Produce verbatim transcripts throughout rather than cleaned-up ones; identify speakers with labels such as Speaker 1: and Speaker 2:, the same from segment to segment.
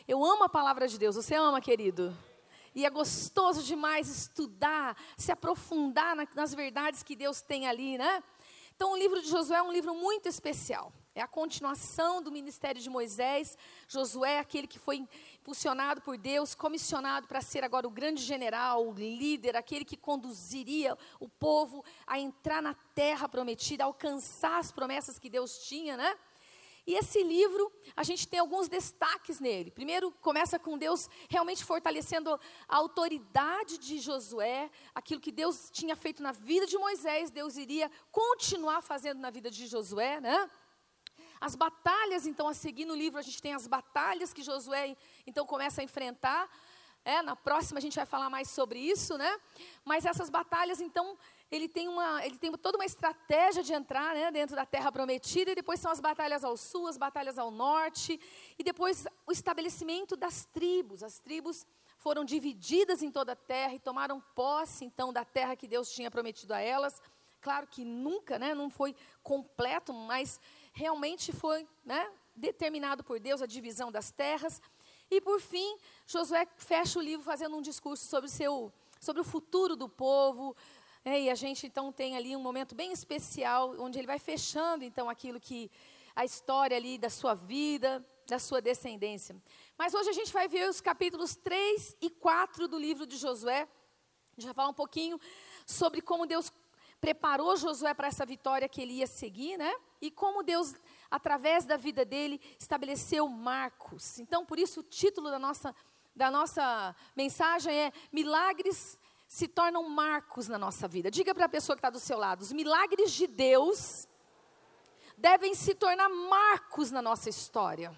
Speaker 1: Eu amo a palavra de Deus. Você ama, querido? E é gostoso demais estudar, se aprofundar na, nas verdades que Deus tem ali, né? Então, o livro de Josué é um livro muito especial. É a continuação do ministério de Moisés. Josué, aquele que foi impulsionado por Deus, comissionado para ser agora o grande general, o líder, aquele que conduziria o povo a entrar na terra prometida, a alcançar as promessas que Deus tinha, né? E esse livro, a gente tem alguns destaques nele. Primeiro, começa com Deus realmente fortalecendo a autoridade de Josué, aquilo que Deus tinha feito na vida de Moisés, Deus iria continuar fazendo na vida de Josué, né? As batalhas, então, a seguir no livro, a gente tem as batalhas que Josué, então, começa a enfrentar. É, na próxima a gente vai falar mais sobre isso, né? Mas essas batalhas, então, ele tem, uma, ele tem toda uma estratégia de entrar, né, dentro da terra prometida, e depois são as batalhas ao sul, as batalhas ao norte, e depois o estabelecimento das tribos. As tribos foram divididas em toda a terra e tomaram posse, então, da terra que Deus tinha prometido a elas. Claro que nunca, né, não foi completo, mas realmente foi, né, determinado por Deus a divisão das terras. E, por fim, Josué fecha o livro fazendo um discurso sobre, seu, sobre o futuro do povo. É, e a gente, então, tem ali um momento bem especial, onde ele vai fechando, então, aquilo que, a história ali da sua vida, da sua descendência. Mas hoje a gente vai ver os capítulos três e quatro do livro de Josué. A gente vai falar um pouquinho sobre como Deus preparou Josué para essa vitória que ele ia seguir, né? E como Deus, através da vida dele, estabeleceu marcos. Então, por isso, o título da nossa, da nossa mensagem é Milagres se tornam marcos na nossa vida. Diga para a pessoa que está do seu lado, os milagres de Deus devem se tornar marcos na nossa história.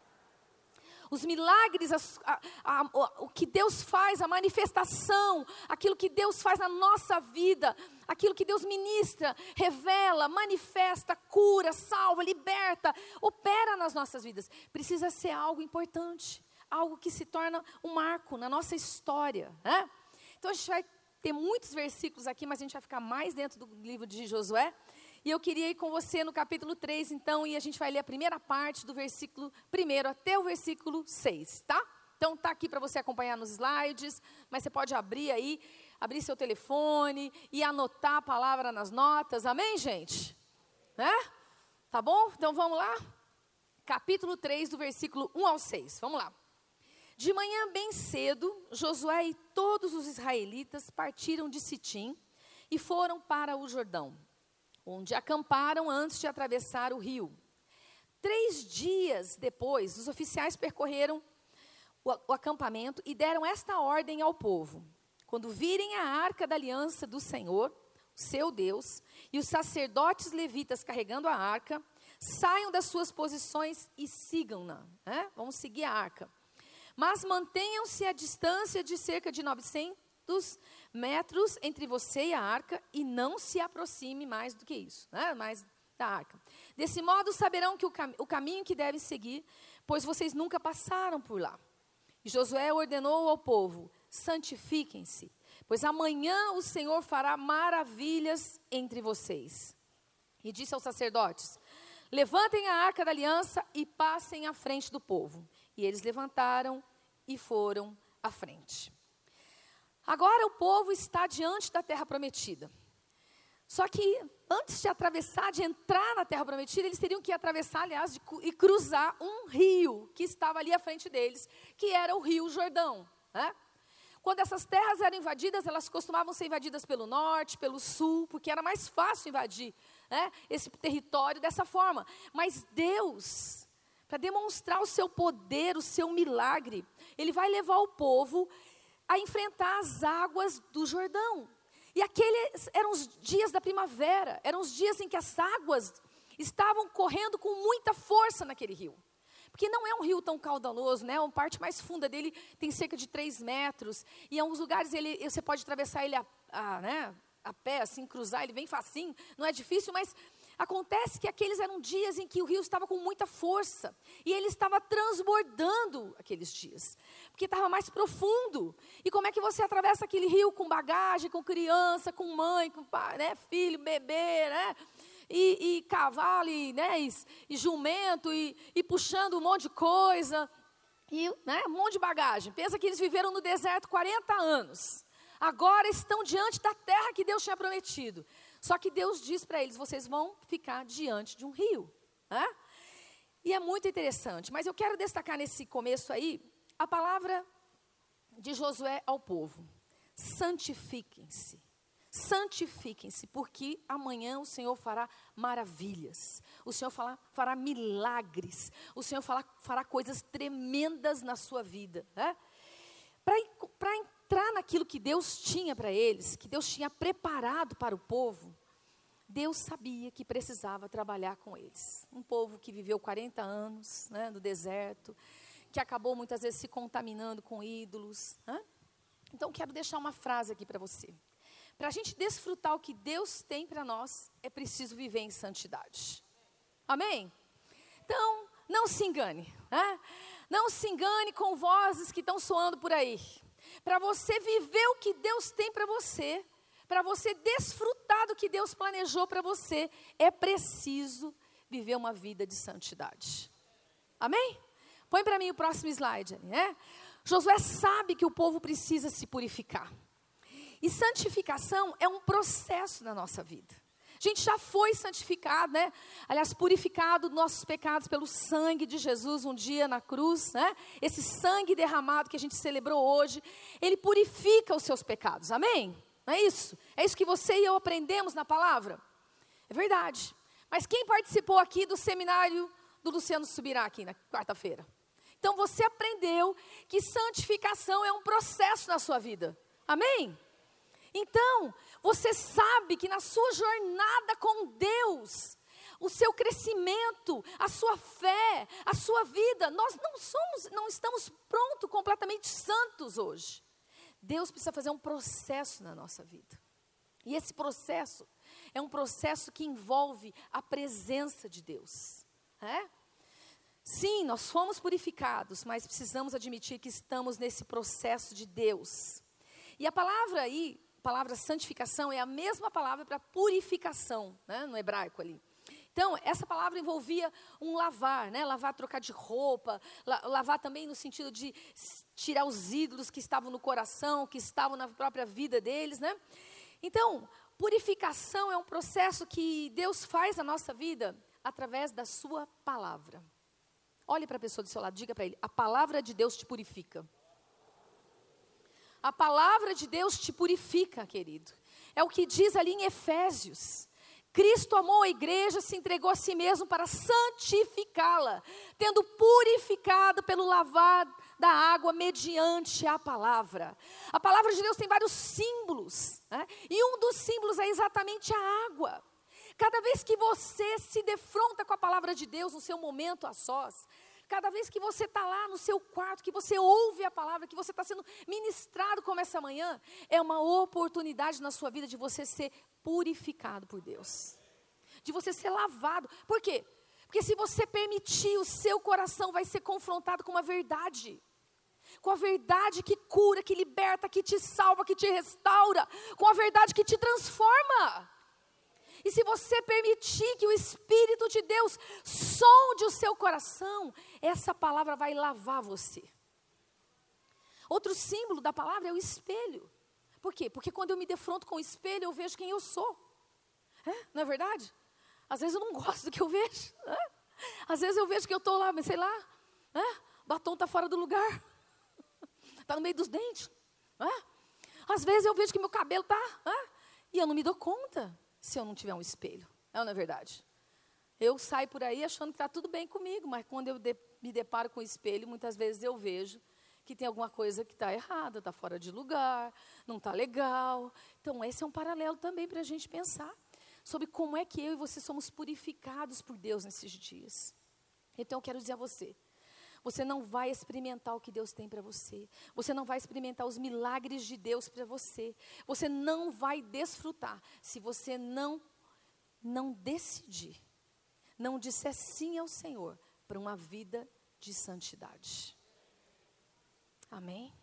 Speaker 1: Os milagres, a, a, a, o que Deus faz, a manifestação, aquilo que Deus faz na nossa vida, aquilo que Deus ministra, revela, manifesta, cura, salva, liberta, opera nas nossas vidas. Precisa ser algo importante, algo que se torna um marco na nossa história, né? Então a gente vai ter muitos versículos aqui, mas a gente vai ficar mais dentro do livro de Josué. E eu queria ir com você no capítulo três, então, e a gente vai ler a primeira parte do versículo primeiro até o versículo seis, tá? Então, tá aqui para você acompanhar nos slides, mas você pode abrir aí, abrir seu telefone e anotar a palavra nas notas, amém, gente? Né? Tá bom? Então, vamos lá? Capítulo três, do versículo um ao seis, vamos lá. De manhã bem cedo, Josué e todos os israelitas partiram de Sitim e foram para o Jordão, onde acamparam antes de atravessar o rio. Três dias depois, os oficiais percorreram o, o acampamento e deram esta ordem ao povo: quando virem a arca da aliança do Senhor, seu Deus, e os sacerdotes levitas carregando a arca, saiam das suas posições e sigam-na, né? Vamos seguir a arca. Mas mantenham-se à distância de cerca de novecentos metros entre você e a arca, e não se aproxime mais do que isso, né? Mais da arca. Desse modo saberão que o, cam o caminho que devem seguir, pois vocês nunca passaram por lá. E Josué ordenou ao povo: santifiquem-se, pois amanhã o Senhor fará maravilhas entre vocês. E disse aos sacerdotes: levantem a arca da aliança e passem à frente do povo. E eles levantaram e foram à frente. Agora o povo está diante da terra prometida. Só que antes de atravessar, de entrar na terra prometida, eles teriam que atravessar, aliás, de, e cruzar um rio que estava ali à frente deles, que era o rio Jordão, né? Quando essas terras eram invadidas, elas costumavam ser invadidas pelo norte, pelo sul, porque era mais fácil invadir, né, esse território dessa forma. Mas Deus, para demonstrar o seu poder, o seu milagre, Ele vai levar o povo a enfrentar as águas do Jordão. E aqueles eram os dias da primavera, eram os dias em que as águas estavam correndo com muita força naquele rio. Porque não é um rio tão caudaloso, né? A parte mais funda dele tem cerca de três metros. E em alguns lugares ele, você pode atravessar ele a, a, né, a pé, assim, cruzar ele bem facinho. Não é difícil, mas acontece que aqueles eram dias em que o rio estava com muita força. E ele estava transbordando aqueles dias. Porque estava mais profundo. E como é que você atravessa aquele rio com bagagem, com criança, com mãe, com pai, né, filho, bebê, né? E, e cavalo, e, né, e, e jumento, e, e puxando um monte de coisa. e, né, um monte de bagagem. Pensa que eles viveram no deserto quarenta anos. Agora estão diante da terra que Deus tinha prometido. Só que Deus diz para eles, vocês vão ficar diante de um rio. Né? E é muito interessante. Mas eu quero destacar nesse começo aí, a palavra de Josué ao povo. Santifiquem-se. Santifiquem-se, porque amanhã o Senhor fará maravilhas, o Senhor fará, fará milagres, o Senhor fará, fará coisas tremendas na sua vida, né? Para entrar naquilo que Deus tinha para eles, que Deus tinha preparado para o povo, Deus sabia que precisava trabalhar com eles. Um povo que viveu quarenta anos, né, no deserto, que acabou muitas vezes se contaminando com ídolos, né? Então quero deixar uma frase aqui para você. Para a gente desfrutar o que Deus tem para nós, é preciso viver em santidade. Amém? Então, não se engane. Né? Não se engane com vozes que estão soando por aí. Para você viver o que Deus tem para você, para você desfrutar do que Deus planejou para você, é preciso viver uma vida de santidade. Amém? Põe para mim o próximo slide. Né? Josué sabe que o povo precisa se purificar. E santificação é um processo na nossa vida. A gente já foi santificado, né? Aliás, purificado dos nossos pecados pelo sangue de Jesus um dia na cruz, né? Esse sangue derramado que a gente celebrou hoje, ele purifica os seus pecados, amém? Não é isso? É isso que você e eu aprendemos na palavra? É verdade. Mas quem participou aqui do seminário do Luciano Subirá aqui na quarta-feira? Então você aprendeu que santificação é um processo na sua vida, amém? Então, você sabe que na sua jornada com Deus, o seu crescimento, a sua fé, a sua vida, nós não somos, não estamos prontos, completamente santos hoje. Deus precisa fazer um processo na nossa vida. E esse processo é um processo que envolve a presença de Deus. É? Sim, nós fomos purificados, mas precisamos admitir que estamos nesse processo de Deus. E a palavra aí, a palavra santificação é a mesma palavra para purificação, né, no hebraico ali. Então, essa palavra envolvia um lavar, né, lavar, trocar de roupa, la, lavar também no sentido de tirar os ídolos que estavam no coração, que estavam na própria vida deles, né. Então, purificação é um processo que Deus faz na nossa vida através da sua palavra. Olhe para a pessoa do seu lado, diga para ele, a palavra de Deus te purifica. A palavra de Deus te purifica, querido. É o que diz ali em Efésios. Cristo amou a igreja, se entregou a si mesmo para santificá-la, tendo purificado pelo lavar da água mediante a palavra. A palavra de Deus tem vários símbolos, né? E um dos símbolos é exatamente a água. Cada vez que você se defronta com a palavra de Deus no seu momento a sós, cada vez que você está lá no seu quarto, que você ouve a palavra, que você está sendo ministrado como essa manhã, é uma oportunidade na sua vida de você ser purificado por Deus. De você ser lavado. Por quê? Porque se você permitir, o seu coração vai ser confrontado com uma verdade. Com a verdade que cura, que liberta, que te salva, que te restaura. Com a verdade que te transforma. E se você permitir que o Espírito de Deus sonde o seu coração, essa palavra vai lavar você. Outro símbolo da palavra é o espelho. Por quê? Porque quando eu me defronto com o espelho, eu vejo quem eu sou. É? Não é verdade? Às vezes eu não gosto do que eu vejo. É? Às vezes eu vejo que eu estou lá, mas sei lá, é? Batom está fora do lugar. Está no meio dos dentes. É? Às vezes eu vejo que meu cabelo está, é? E eu não me dou conta. Se eu não tiver um espelho, não é verdade? Eu saio por aí achando que está tudo bem comigo, mas quando eu de, me deparo com o espelho, muitas vezes eu vejo que tem alguma coisa que está errada, está fora de lugar, não está legal. Então, esse é um paralelo também para a gente pensar sobre como é que eu e você somos purificados por Deus nesses dias. Então, eu quero dizer a você, você não vai experimentar o que Deus tem para você. Você não vai experimentar os milagres de Deus para você. Você não vai desfrutar se você não, não decidir, não disser sim ao Senhor para uma vida de santidade. Amém?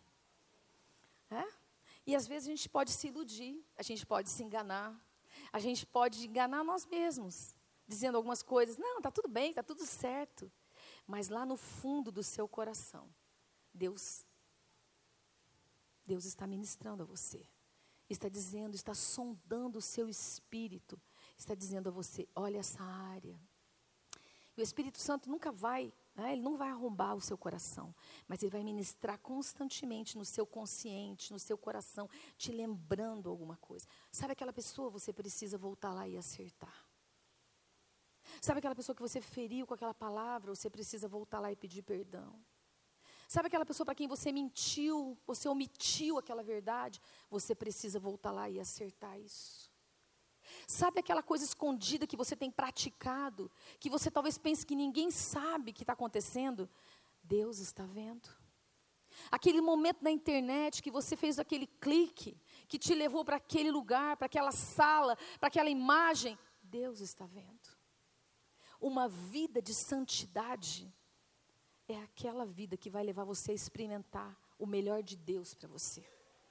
Speaker 1: É? E às vezes a gente pode se iludir, a gente pode se enganar, a gente pode enganar nós mesmos, dizendo algumas coisas, não, está tudo bem, está tudo certo. Mas lá no fundo do seu coração, Deus, Deus está ministrando a você. Está dizendo, está sondando o seu espírito. Está dizendo a você, olha essa área. E o Espírito Santo nunca vai, né, ele não vai arrombar o seu coração. Mas ele vai ministrar constantemente no seu consciente, no seu coração, te lembrando alguma coisa. Sabe aquela pessoa, você precisa voltar lá e acertar. Sabe aquela pessoa que você feriu com aquela palavra, você precisa voltar lá e pedir perdão. Sabe aquela pessoa para quem você mentiu, você omitiu aquela verdade, você precisa voltar lá e acertar isso. Sabe aquela coisa escondida que você tem praticado, que você talvez pense que ninguém sabe que está acontecendo? Deus está vendo. Aquele momento na internet que você fez aquele clique, que te levou para aquele lugar, para aquela sala, para aquela imagem, Deus está vendo. Uma vida de santidade é aquela vida que vai levar você a experimentar o melhor de Deus para você.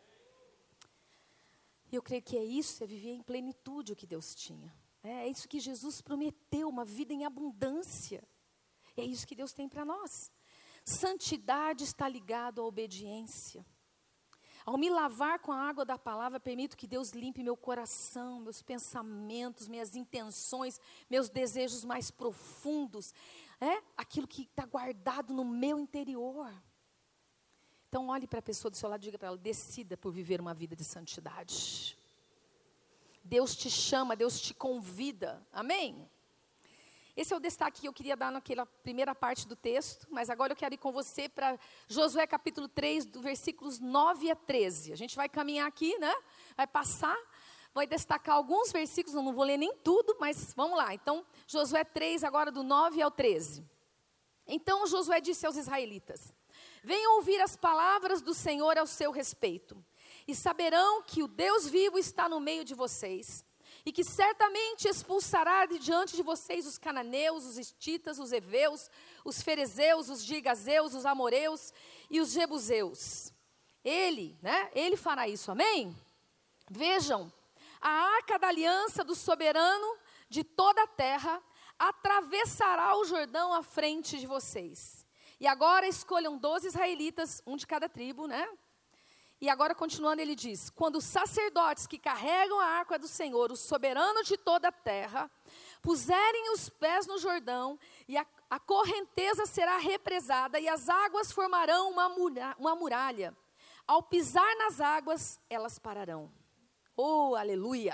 Speaker 1: E eu creio que é isso, é viver em plenitude o que Deus tinha. É isso que Jesus prometeu, uma vida em abundância. É isso que Deus tem para nós. Santidade está ligado à obediência. Ao me lavar com a água da palavra, permito que Deus limpe meu coração, meus pensamentos, minhas intenções, meus desejos mais profundos. É aquilo que está guardado no meu interior. Então olhe para a pessoa do seu lado e diga para ela, decida por viver uma vida de santidade. Deus te chama, Deus te convida, amém? Esse é o destaque que eu queria dar naquela primeira parte do texto, mas agora eu quero ir com você para Josué capítulo três, do versículos nove a treze. A gente vai caminhar aqui, né? Vai passar, vai destacar alguns versículos, eu não vou ler nem tudo, mas vamos lá. Então, Josué três, agora do nove ao treze. Então Josué disse aos israelitas, venham ouvir as palavras do Senhor ao seu respeito, e saberão que o Deus vivo está no meio de vocês, e que certamente expulsará de diante de vocês os cananeus, os hititas, os heveus, os ferezeus, os girgazeus, os amoreus e os jebuseus. Ele, né, ele fará isso, amém? Vejam, a arca da aliança do soberano de toda a terra atravessará o Jordão à frente de vocês. E agora escolham doze israelitas, um de cada tribo, né? E agora continuando ele diz, quando os sacerdotes que carregam a arca do Senhor, o soberano de toda a terra, puserem os pés no Jordão, e a, a correnteza será represada, e as águas formarão uma, muralha, uma muralha. Ao pisar nas águas, elas pararão. Oh, aleluia!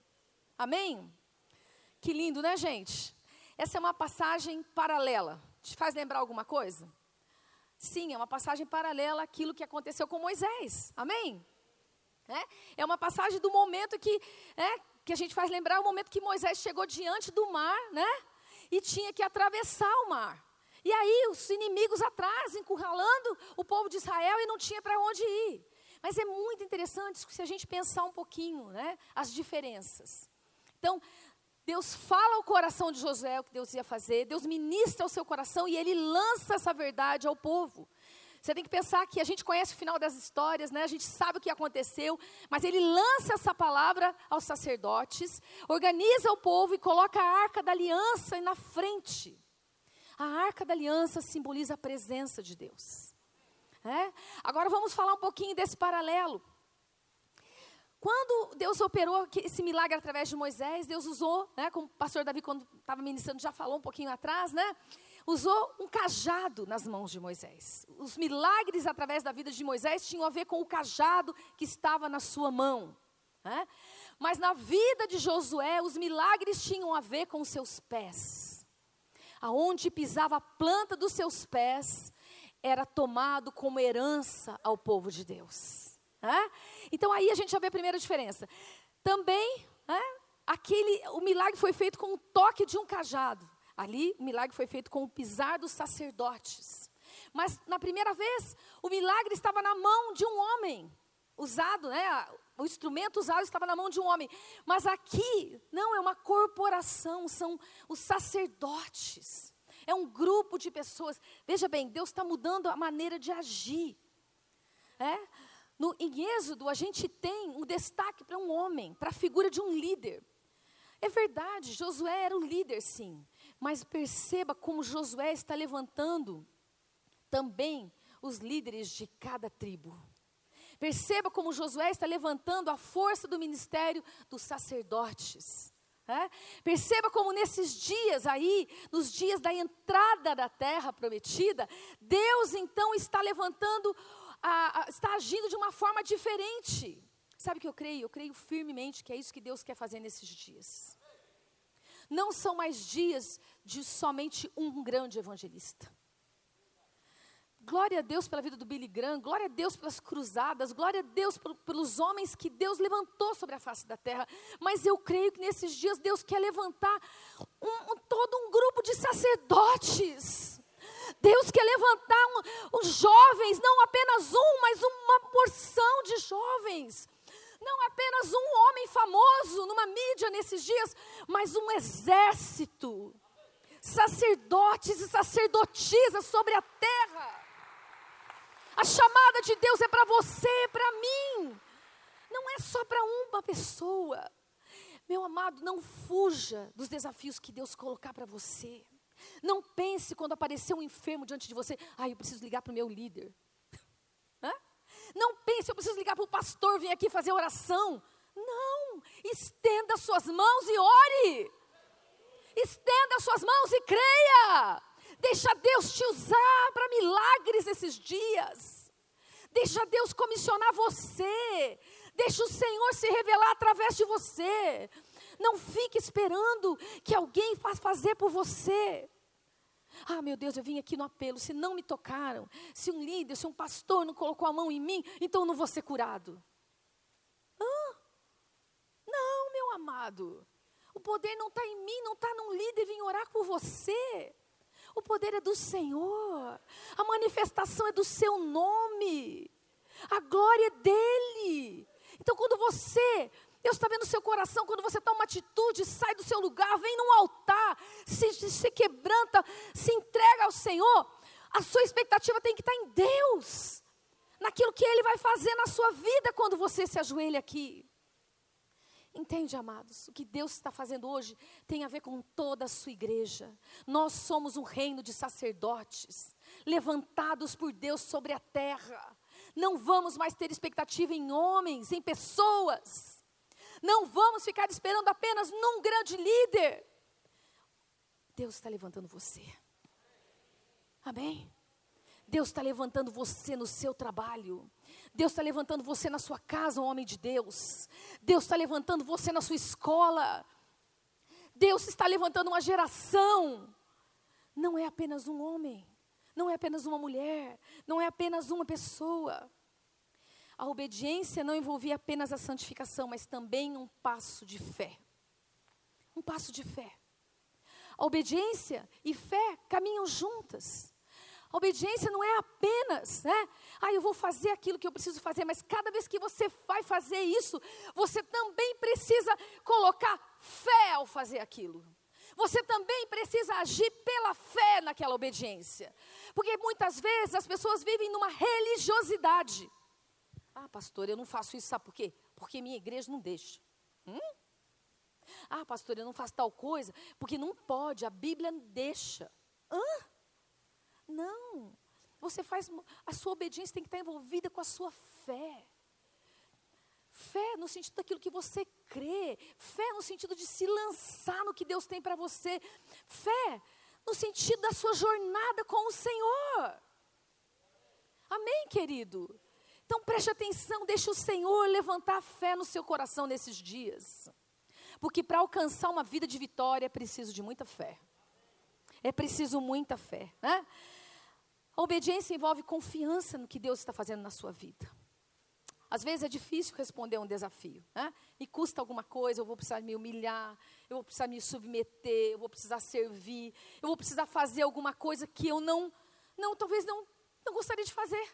Speaker 1: Amém? Que lindo, né, gente? Essa é uma passagem paralela. Te faz lembrar alguma coisa? Sim, é uma passagem paralela àquilo que aconteceu com Moisés, amém? É, é uma passagem do momento que, é, que a gente faz lembrar o momento que Moisés chegou diante do mar, né? E tinha que atravessar o mar. E aí os inimigos atrás, encurralando o povo de Israel e não tinha para onde ir. Mas é muito interessante se a gente pensar um pouquinho, né? As diferenças. Então, Deus fala ao coração de Josué o que Deus ia fazer, Deus ministra ao seu coração e ele lança essa verdade ao povo. Você tem que pensar que a gente conhece o final das histórias, né? A gente sabe o que aconteceu, mas ele lança essa palavra aos sacerdotes, organiza o povo e coloca a arca da aliança na frente. A arca da aliança simboliza a presença de Deus. É? Agora vamos falar um pouquinho desse paralelo. Quando Deus operou esse milagre através de Moisés, Deus usou, né, como o pastor Davi, quando estava ministrando, já falou um pouquinho atrás, né, usou um cajado nas mãos de Moisés. Os milagres através da vida de Moisés tinham a ver com o cajado que estava na sua mão. Né? Mas na vida de Josué, os milagres tinham a ver com os seus pés. Aonde pisava a planta dos seus pés, era tomado como herança ao povo de Deus. É? Então aí a gente já vê a primeira diferença. Também, é, aquele, o milagre foi feito com o toque de um cajado. Ali o milagre foi feito com o pisar dos sacerdotes. Mas na primeira vez, o milagre estava na mão de um homem. Usado, né, o instrumento usado estava na mão de um homem. Mas aqui, não, é uma corporação, são os sacerdotes. É um grupo de pessoas. Veja bem, Deus está mudando a maneira de agir. É? No, em Êxodo, a gente tem um destaque para um homem, para a figura de um líder. É verdade, Josué era um líder, sim. Mas perceba como Josué está levantando também os líderes de cada tribo. Perceba como Josué está levantando a força do ministério dos sacerdotes. É? Perceba como nesses dias aí, nos dias da entrada da terra prometida, Deus então está levantando, a, a, está agindo de uma forma diferente. Sabe o que eu creio? Eu creio firmemente que é isso que Deus quer fazer nesses dias. Não são mais dias de somente um grande evangelista. Glória a Deus pela vida do Billy Graham, glória a Deus pelas cruzadas, glória a Deus por, pelos homens que Deus levantou sobre a face da terra. Mas eu creio que nesses dias Deus quer levantar um, um, todo um grupo de sacerdotes. Deus quer levantar um, um jovens, não apenas um, mas uma porção de jovens. Não apenas um homem famoso numa mídia nesses dias, mas um exército. Sacerdotes e sacerdotisas sobre a terra. A chamada de Deus é para você, para mim. Não é só para uma pessoa. Meu amado, não fuja dos desafios que Deus colocar para você. Não pense quando aparecer um enfermo diante de você, ah, eu preciso ligar para o meu líder. Hã? Não pense, eu preciso ligar para o pastor vir aqui fazer oração. Não, estenda suas mãos e ore. Estenda suas mãos e creia. Deixa Deus te usar para milagres esses dias. Deixa Deus comissionar você. Deixa o Senhor se revelar através de você. Não fique esperando que alguém faça fazer por você. Ah, meu Deus, eu vim aqui no apelo. Se não me tocaram, se um líder, se um pastor não colocou a mão em mim, então eu não vou ser curado. Ah, não, meu amado. O poder não está em mim, não está num líder vir orar por você. O poder é do Senhor. A manifestação é do seu nome. A glória é dele. Então quando você, Deus está vendo o seu coração, quando você toma uma atitude, sai do seu lugar, vem num altar, se, se quebranta, se entrega ao Senhor, a sua expectativa tem que estar em Deus. Naquilo que Ele vai fazer na sua vida quando você se ajoelha aqui. Entende, amados? O que Deus está fazendo hoje tem a ver com toda a sua igreja. Nós somos um reino de sacerdotes, levantados por Deus sobre a terra. Não vamos mais ter expectativa em homens, em pessoas. Não vamos ficar esperando apenas num grande líder. Deus está levantando você. Amém? Deus está levantando você no seu trabalho. Deus está levantando você na sua casa, um homem de Deus. Deus está levantando você na sua escola. Deus está levantando uma geração. Não é apenas um homem. Não é apenas uma mulher. Não é apenas uma pessoa. A obediência não envolvia apenas a santificação, mas também um passo de fé. Um passo de fé. A obediência e fé caminham juntas. A obediência não é apenas, né? Ah, eu vou fazer aquilo que eu preciso fazer, mas cada vez que você vai fazer isso, você também precisa colocar fé ao fazer aquilo. Você também precisa agir pela fé naquela obediência. Porque muitas vezes as pessoas vivem numa religiosidade. Ah, pastor, eu não faço isso, sabe por quê? Porque minha igreja não deixa. Hum? Ah, pastor, eu não faço tal coisa, porque não pode, a Bíblia não deixa. Hã? Não, você faz, a sua obediência tem que estar envolvida com a sua fé. Fé no sentido daquilo que você crê. Fé no sentido de se lançar no que Deus tem para você. Fé no sentido da sua jornada com o Senhor. Amém, querido? Então preste atenção, deixe o Senhor levantar a fé no seu coração nesses dias. Porque para alcançar uma vida de vitória é preciso de muita fé. É preciso muita fé, né? A obediência envolve confiança no que Deus está fazendo na sua vida. Às vezes é difícil responder a um desafio, né? Me custa alguma coisa, eu vou precisar me humilhar, eu vou precisar me submeter, eu vou precisar servir, eu vou precisar fazer alguma coisa que eu não, não talvez não, não gostaria de fazer.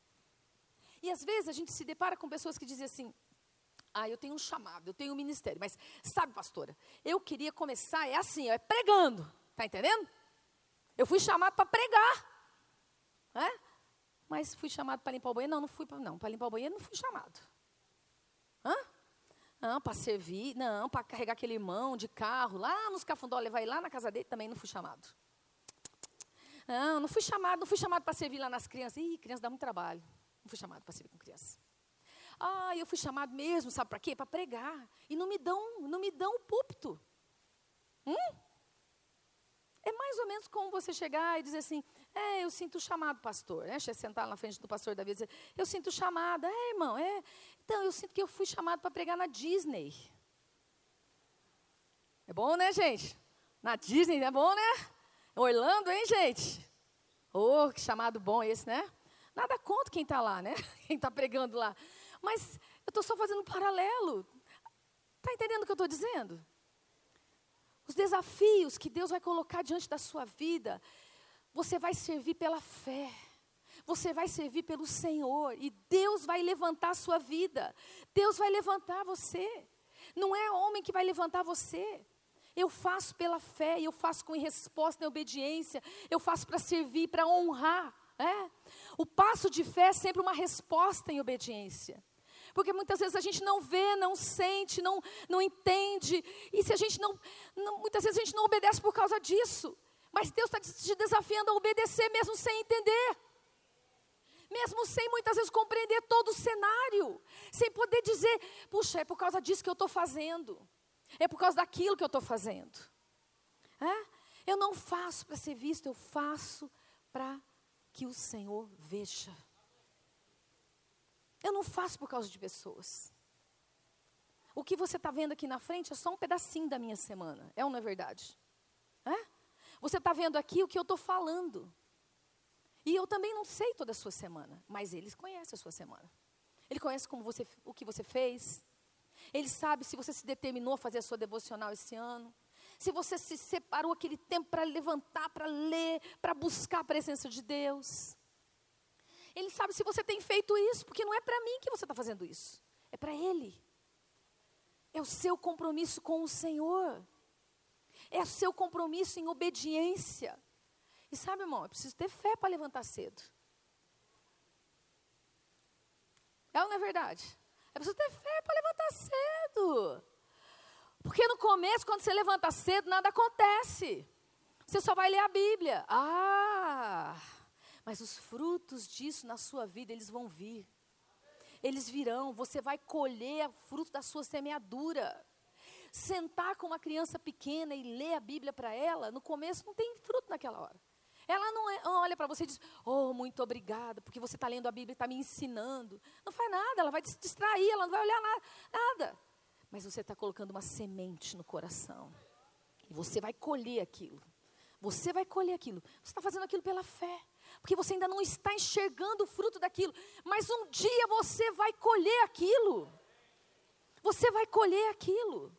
Speaker 1: E às vezes a gente se depara com pessoas que dizem assim, ah, eu tenho um chamado, eu tenho um ministério, mas sabe, pastora, eu queria começar, é assim, é pregando, tá entendendo? Eu fui chamado para pregar. É? Mas fui chamado para limpar o banheiro? Não, não fui para não, para limpar o banheiro não fui chamado. Hã? Não, para servir, não, para carregar aquele irmão de carro lá nos cafundó, levar ele lá na casa dele, também não fui chamado. Não, não fui chamado, não fui chamado para servir lá nas crianças. Ih, criança dá muito trabalho. Não fui chamado para servir com criança. Ah, eu fui chamado mesmo, sabe para quê? Para pregar. E não me dão, não me dão o púlpito. Hum? É mais ou menos como você chegar e dizer assim, é, eu sinto o chamado, pastor. Né? Você sentar na frente do pastor Davi e dizer, eu sinto o chamado. É, irmão, é. Então, eu sinto que eu fui chamado para pregar na Disney. É bom, né, gente? Na Disney, é bom, né? Orlando, hein, gente? Oh, que chamado bom esse, né? Nada contra quem está lá, né? Quem está pregando lá. Mas eu estou só fazendo um paralelo. Está entendendo o que eu estou dizendo? Os desafios que Deus vai colocar diante da sua vida, você vai servir pela fé. Você vai servir pelo Senhor. E Deus vai levantar a sua vida. Deus vai levantar você. Não é homem que vai levantar você. Eu faço pela fé, eu faço com resposta e obediência. Eu faço para servir, para honrar. É? O passo de fé é sempre uma resposta em obediência. Porque muitas vezes a gente não vê, não sente, não, não entende. E se a gente não, não, muitas vezes a gente não obedece por causa disso. Mas Deus está te desafiando a obedecer mesmo sem entender. Mesmo sem muitas vezes compreender todo o cenário. Sem poder dizer, puxa, é por causa disso que eu estou fazendo. É por causa daquilo que eu estou fazendo. É? Eu não faço para ser visto, eu faço para que o Senhor veja. Eu não faço por causa de pessoas. O que você está vendo aqui na frente é só um pedacinho da minha semana. É ou não é verdade? É? Você está vendo aqui o que eu estou falando. E eu também não sei toda a sua semana. Mas Ele conhece a sua semana. Ele conhece como você, o que você fez. Ele sabe se você se determinou a fazer a sua devocional esse ano. Se você se separou aquele tempo para levantar, para ler, para buscar a presença de Deus. Ele sabe se você tem feito isso, porque não é para mim que você está fazendo isso. É para Ele. É o seu compromisso com o Senhor. É o seu compromisso em obediência. E sabe, irmão, eu preciso ter fé para levantar cedo. É ou não é verdade? Eu preciso ter fé para levantar cedo. Porque no começo, quando você levanta cedo, nada acontece. Você só vai ler a Bíblia. Ah... Mas os frutos disso na sua vida, eles vão vir. Eles virão, você vai colher o fruto da sua semeadura. Sentar com uma criança pequena e ler a Bíblia para ela, no começo não tem fruto naquela hora. Ela não é, olha para você e diz, oh, muito obrigada, porque você está lendo a Bíblia e está me ensinando. Não faz nada, ela vai se distrair, ela não vai olhar nada. nada. Mas você está colocando uma semente no coração. E você vai colher aquilo. Você vai colher aquilo. Você está fazendo aquilo pela fé. Porque você ainda não está enxergando o fruto daquilo. Mas um dia você vai colher aquilo. Você vai colher aquilo.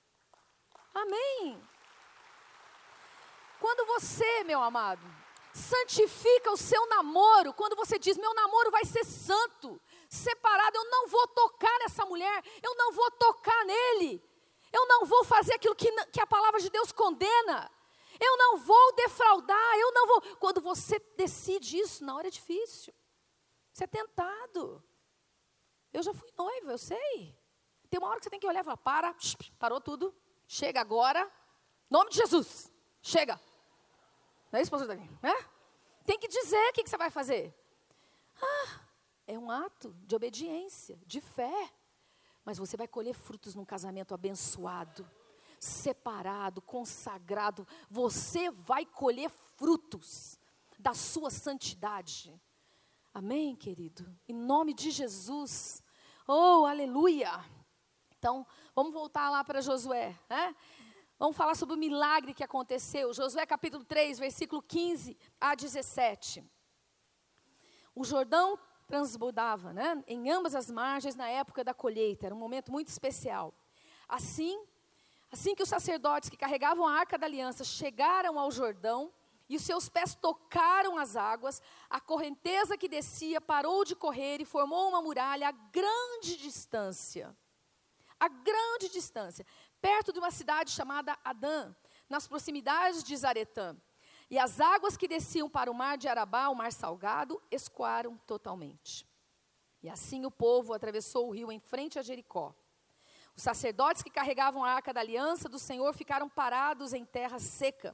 Speaker 1: Amém. Quando você, meu amado, santifica o seu namoro, quando você diz, meu namoro vai ser santo, separado, eu não vou tocar nessa mulher, eu não vou tocar nele, eu não vou fazer aquilo que, que a palavra de Deus condena. Eu não vou defraudar, eu não vou. Quando você decide isso, na hora é difícil. Você é tentado. Eu já fui noiva, eu sei. Tem uma hora que você tem que olhar e falar, para, parou tudo, chega agora, em nome de Jesus, chega. Não é isso, pastor Davi? É? Tem que dizer o que, que você vai fazer. Ah, é um ato de obediência, de fé. Mas você vai colher frutos num casamento abençoado. Separado, consagrado, você vai colher frutos da sua santidade. Amém, querido? Em nome de Jesus. Oh, aleluia. Então, vamos voltar lá para Josué, né? Vamos falar sobre o milagre que aconteceu. Josué capítulo três, versículo quinze a dezessete. O Jordão transbordava, né? Em ambas as margens na época da colheita. Era um momento muito especial. Assim, Assim que os sacerdotes que carregavam a arca da aliança chegaram ao Jordão e os seus pés tocaram as águas, a correnteza que descia parou de correr e formou uma muralha a grande distância. A grande distância, perto de uma cidade chamada Adã, nas proximidades de Zaretã. E as águas que desciam para o mar de Arabá, o mar salgado, escoaram totalmente. E assim o povo atravessou o rio em frente a Jericó. Os sacerdotes que carregavam a arca da aliança do Senhor ficaram parados em terra seca,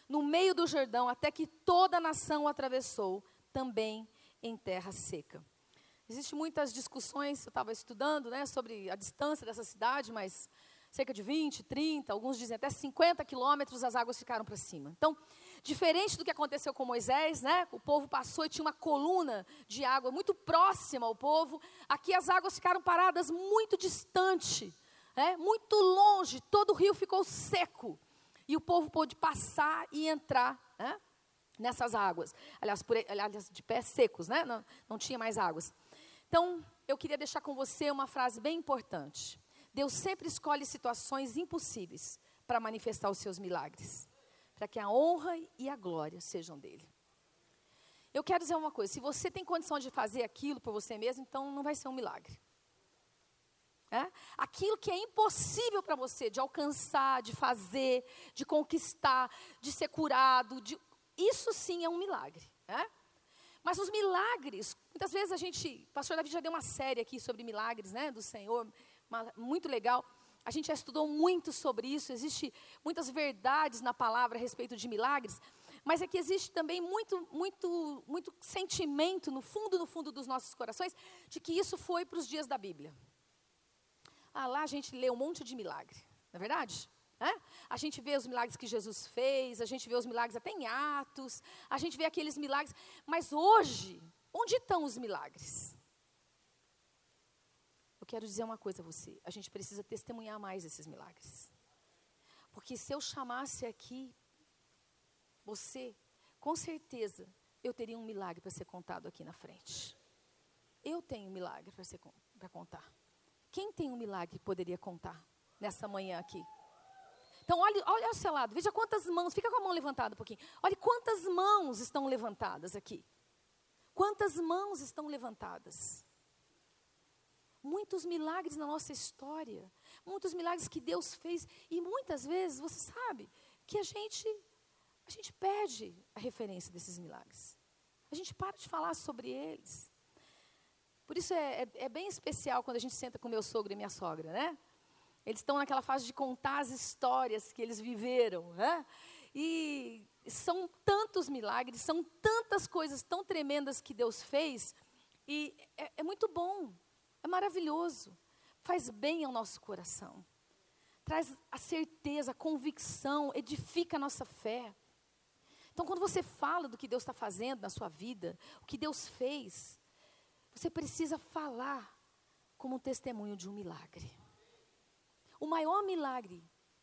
Speaker 1: no meio do Jordão, até que toda a nação o atravessou, também em terra seca. Existem muitas discussões, eu estava estudando, né, sobre a distância dessa cidade, mas cerca de vinte, trinta, alguns dizem até cinquenta quilômetros, as águas ficaram para cima. Então, diferente do que aconteceu com Moisés, né, o povo passou e tinha uma coluna de água muito próxima ao povo, aqui as águas ficaram paradas muito distante, né, muito longe, todo o rio ficou seco, e o povo pôde passar e entrar, né, nessas águas, aliás, por, aliás, de pés secos, né, não, não tinha mais águas. Então, eu queria deixar com você uma frase bem importante. Deus sempre escolhe situações impossíveis para manifestar os seus milagres, para que a honra e a glória sejam dele. Eu quero dizer uma coisa, se você tem condição de fazer aquilo por você mesmo, então não vai ser um milagre. É? Aquilo que é impossível para você de alcançar, de fazer, de conquistar, de ser curado, de, isso sim é um milagre. É? Mas os milagres, muitas vezes a gente, o pastor Davi já deu uma série aqui sobre milagres, né, do Senhor, uma, muito legal. A gente já estudou muito sobre isso, existe muitas verdades na palavra a respeito de milagres, mas é que existe também muito, muito, muito sentimento no fundo, no fundo dos nossos corações, de que isso foi para os dias da Bíblia. Ah, lá a gente lê um monte de milagre, não é verdade? É? A gente vê os milagres que Jesus fez, a gente vê os milagres até em Atos, a gente vê aqueles milagres, mas hoje, onde estão os milagres? Eu quero dizer uma coisa a você, a gente precisa testemunhar mais esses milagres, porque se eu chamasse aqui você, com certeza eu teria um milagre para ser contado aqui na frente. Eu tenho um milagre para ser para contar. Quem tem um milagre poderia contar nessa manhã aqui? Então, olhe, olhe ao seu lado, veja quantas mãos, fica com a mão levantada um pouquinho. Olhe quantas mãos estão levantadas aqui. Quantas mãos estão levantadas. Muitos milagres na nossa história, muitos milagres que Deus fez. E muitas vezes, você sabe, que a gente, a gente perde a referência desses milagres. A gente para de falar sobre eles. Por isso é, é, é bem especial quando a gente senta com meu sogro e minha sogra, né? Eles estão naquela fase de contar as histórias que eles viveram, né? E são tantos milagres, são tantas coisas tão tremendas que Deus fez, e é, é muito bom, é maravilhoso, faz bem ao nosso coração, traz a certeza, a convicção, edifica a nossa fé. Então, quando você fala do que Deus está fazendo na sua vida, o que Deus fez, você precisa falar como um testemunho de um milagre. O maior milagre,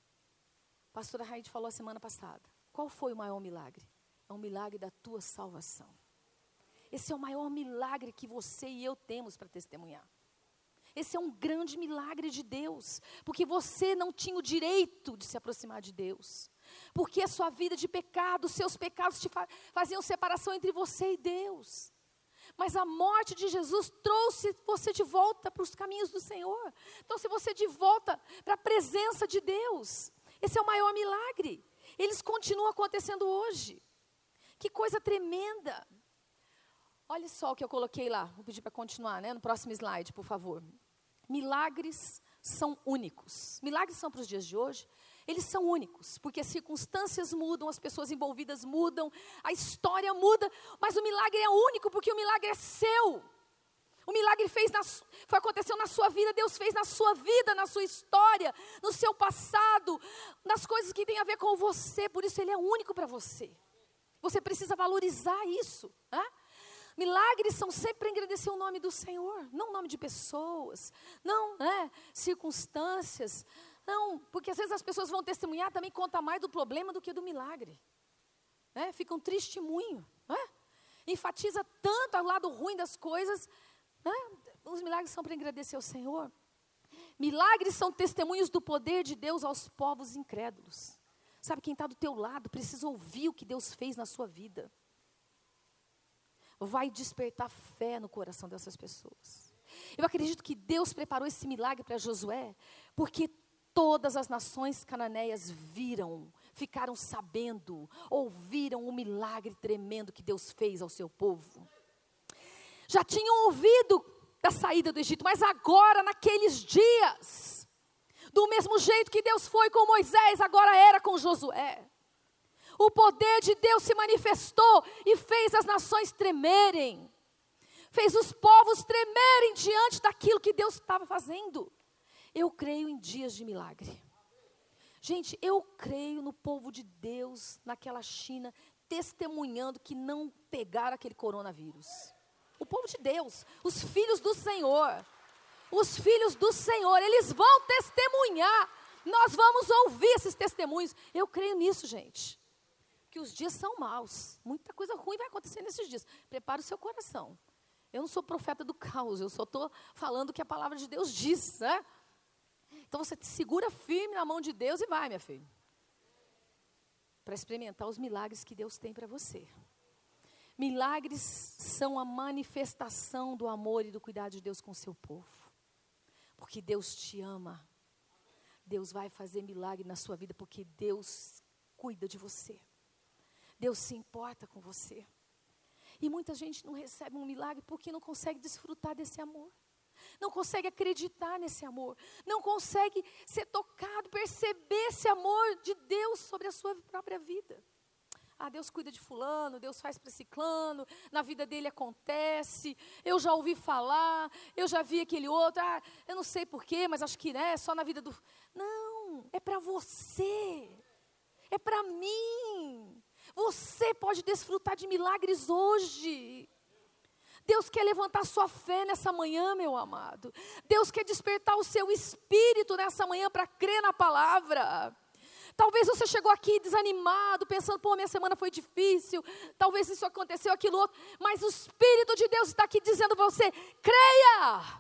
Speaker 1: a pastora Raide falou a semana passada, qual foi o maior milagre? É o milagre da tua salvação. Esse é o maior milagre que você e eu temos para testemunhar. Esse é um grande milagre de Deus, porque você não tinha o direito de se aproximar de Deus, porque a sua vida de pecado, os seus pecados te fa- faziam separação entre você e Deus. Mas a morte de Jesus trouxe você de volta para os caminhos do Senhor. Trouxe você de volta para a presença de Deus. Esse é o maior milagre. Eles continuam acontecendo hoje. Que coisa tremenda. Olha só o que eu coloquei lá. Vou pedir para continuar, né? No próximo slide, por favor. Milagres são únicos. Milagres são para os dias de hoje. Eles são únicos, porque as circunstâncias mudam, as pessoas envolvidas mudam, a história muda, mas o milagre é único, porque o milagre é seu. O milagre fez na, foi, aconteceu na sua vida, Deus fez na sua vida, na sua história, no seu passado, nas coisas que têm a ver com você, por isso ele é único para você. Você precisa valorizar isso, né? Milagres são sempre para engrandecer o nome do Senhor, não o nome de pessoas, não, né, circunstâncias. Não, porque às vezes as pessoas vão testemunhar, também conta mais do problema do que do milagre. Né? Fica um testemunho. Né? Enfatiza tanto o lado ruim das coisas. Né? Os milagres são para agradecer ao Senhor. Milagres são testemunhos do poder de Deus aos povos incrédulos. Sabe, quem está do teu lado precisa ouvir o que Deus fez na sua vida. Vai despertar fé no coração dessas pessoas. Eu acredito que Deus preparou esse milagre para Josué, porque todas as nações cananeias viram, ficaram sabendo, ouviram o milagre tremendo que Deus fez ao seu povo. Já tinham ouvido da saída do Egito, mas agora, naqueles dias, do mesmo jeito que Deus foi com Moisés, agora era com Josué. O poder de Deus se manifestou e fez as nações tremerem. Fez os povos tremerem diante daquilo que Deus estava fazendo. Eu creio em dias de milagre. Gente, eu creio no povo de Deus, naquela China, testemunhando que não pegaram aquele coronavírus. O povo de Deus, os filhos do Senhor, os filhos do Senhor, eles vão testemunhar. Nós vamos ouvir esses testemunhos. Eu creio nisso, gente. Que os dias são maus. Muita coisa ruim vai acontecer nesses dias. Prepare o seu coração. Eu não sou profeta do caos, eu só estou falando o que a palavra de Deus diz, né? Então você te segura firme na mão de Deus e vai, minha filha. Para experimentar os milagres que Deus tem para você. Milagres são a manifestação do amor e do cuidado de Deus com o seu povo. Porque Deus te ama. Deus vai fazer milagre na sua vida, porque Deus cuida de você. Deus se importa com você. E muita gente não recebe um milagre porque não consegue desfrutar desse amor. Não consegue acreditar nesse amor. Não consegue ser tocado, perceber esse amor de Deus sobre a sua própria vida. Ah, Deus cuida de fulano, Deus faz para ciclano, na vida dele acontece, eu já ouvi falar, eu já vi aquele outro, ah, eu não sei porquê, mas acho que né, é só na vida do... Não, é para você, é para mim. Você pode desfrutar de milagres hoje. Deus quer levantar sua fé nessa manhã, meu amado. Deus quer despertar o seu espírito nessa manhã para crer na palavra. Talvez você chegou aqui desanimado, pensando, pô, minha semana foi difícil, talvez isso aconteceu, aquilo outro, mas o Espírito de Deus está aqui dizendo para você, creia,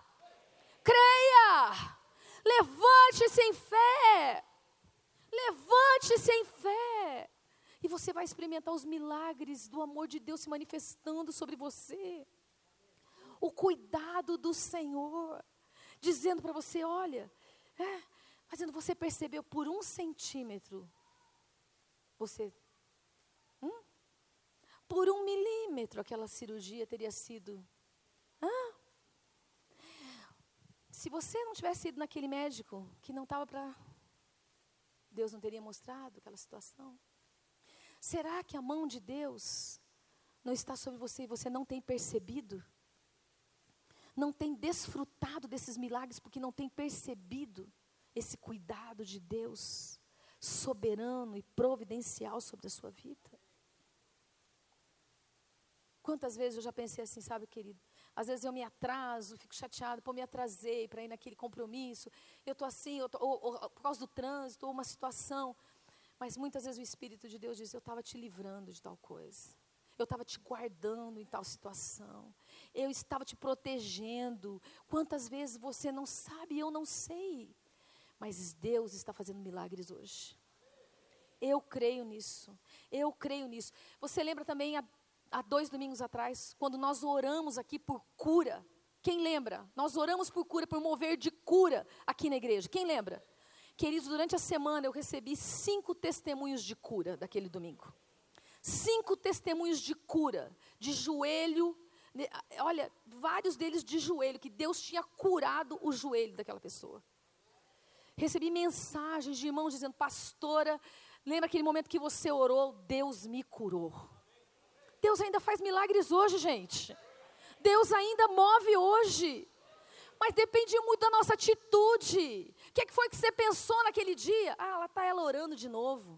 Speaker 1: creia, levante-se em fé, levante-se em fé, e você vai experimentar os milagres do amor de Deus se manifestando sobre você, o cuidado do Senhor, dizendo para você, olha, é, fazendo você percebeu por um centímetro, você, hum? por um milímetro aquela cirurgia teria sido, ah, se você não tivesse ido naquele médico que não estava para, Deus não teria mostrado aquela situação? Será que a mão de Deus não está sobre você e você não tem percebido? Não tem desfrutado desses milagres porque não tem percebido esse cuidado de Deus, soberano e providencial sobre a sua vida? Quantas vezes eu já pensei assim, sabe, querido? Às vezes eu me atraso, fico chateada, pô, me atrasei para ir naquele compromisso. Eu estou assim, eu tô, ou, ou, por causa do trânsito, ou uma situação. Mas muitas vezes o Espírito de Deus diz, eu estava te livrando de tal coisa. Eu estava te guardando em tal situação. Eu estava te protegendo. Quantas vezes você não sabe e eu não sei. Mas Deus está fazendo milagres hoje. Eu creio nisso. Eu creio nisso. Você lembra também, há, há dois domingos atrás, quando nós oramos aqui por cura? Quem lembra? Nós oramos por cura, por mover de cura aqui na igreja. Quem lembra? Queridos, durante a semana eu recebi cinco testemunhos de cura daquele domingo. Cinco testemunhos de cura, de joelho. Olha, vários deles de joelho, que Deus tinha curado o joelho daquela pessoa. Recebi mensagens de irmãos dizendo, pastora, lembra aquele momento que você orou? Deus me curou. Deus ainda faz milagres hoje, gente. Deus ainda move hoje. Mas depende muito da nossa atitude. O que, é que foi que você pensou naquele dia? Ah, lá está ela orando de novo.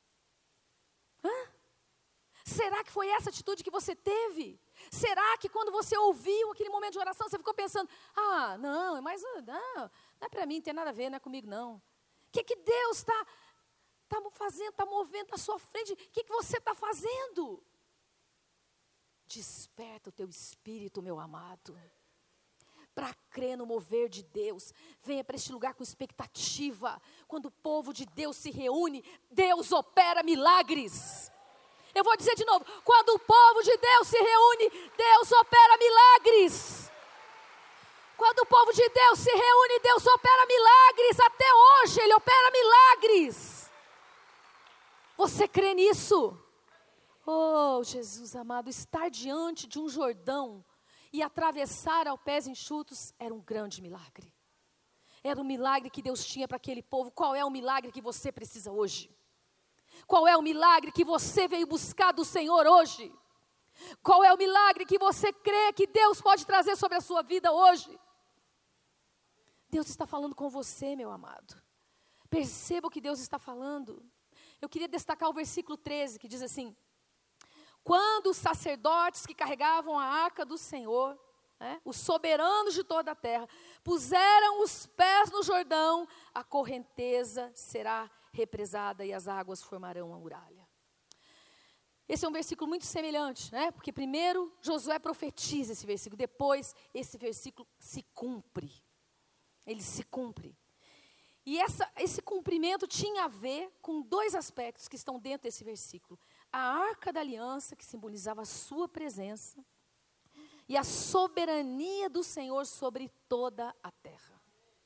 Speaker 1: Hã? Será que foi essa atitude que você teve? Será que quando você ouviu aquele momento de oração, você ficou pensando, ah, não, mas não, não é para mim, não tem nada a ver, não é comigo não. O que, que Deus está tá fazendo, está movendo na sua frente? O que, que você está fazendo? Desperta o teu espírito, meu amado, para crer no mover de Deus. Venha para este lugar com expectativa. Quando o povo de Deus se reúne, Deus opera milagres. Eu vou dizer de novo, quando o povo de Deus se reúne, Deus opera milagres. Quando o povo de Deus se reúne, Deus opera milagres. Até hoje Ele opera milagres. Você crê nisso? Oh, Jesus amado, estar diante de um Jordão e atravessar ao pés enxutos era um grande milagre. Era um milagre que Deus tinha para aquele povo. Qual é o milagre que você precisa hoje? Qual é o milagre que você veio buscar do Senhor hoje? Qual é o milagre que você crê que Deus pode trazer sobre a sua vida hoje? Deus está falando com você, meu amado. Perceba o que Deus está falando. Eu queria destacar o versículo treze, que diz assim: quando os sacerdotes que carregavam a arca do Senhor, né, os soberanos de toda a terra, puseram os pés no Jordão, a correnteza será represada e as águas formarão a muralha. Esse é um versículo muito semelhante, né? Porque primeiro Josué profetiza esse versículo, depois esse versículo se cumpre. Ele se cumpre. E essa, esse cumprimento tinha a ver com dois aspectos que estão dentro desse versículo. A arca da aliança, que simbolizava a sua presença, e a soberania do Senhor sobre toda a terra.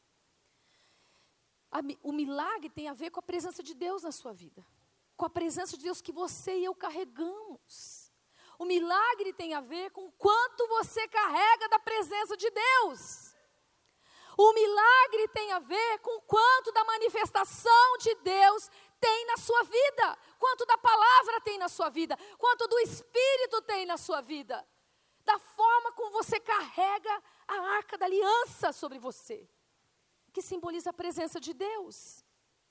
Speaker 1: A, o milagre tem a ver com a presença de Deus na sua vida. Com a presença de Deus que você e eu carregamos. O milagre tem a ver com o quanto você carrega da presença de Deus. O milagre tem a ver com o quanto da manifestação de Deus tem na sua vida. Quanto da palavra tem na sua vida. Quanto do Espírito tem na sua vida. Da forma como você carrega a arca da aliança sobre você. Que simboliza a presença de Deus.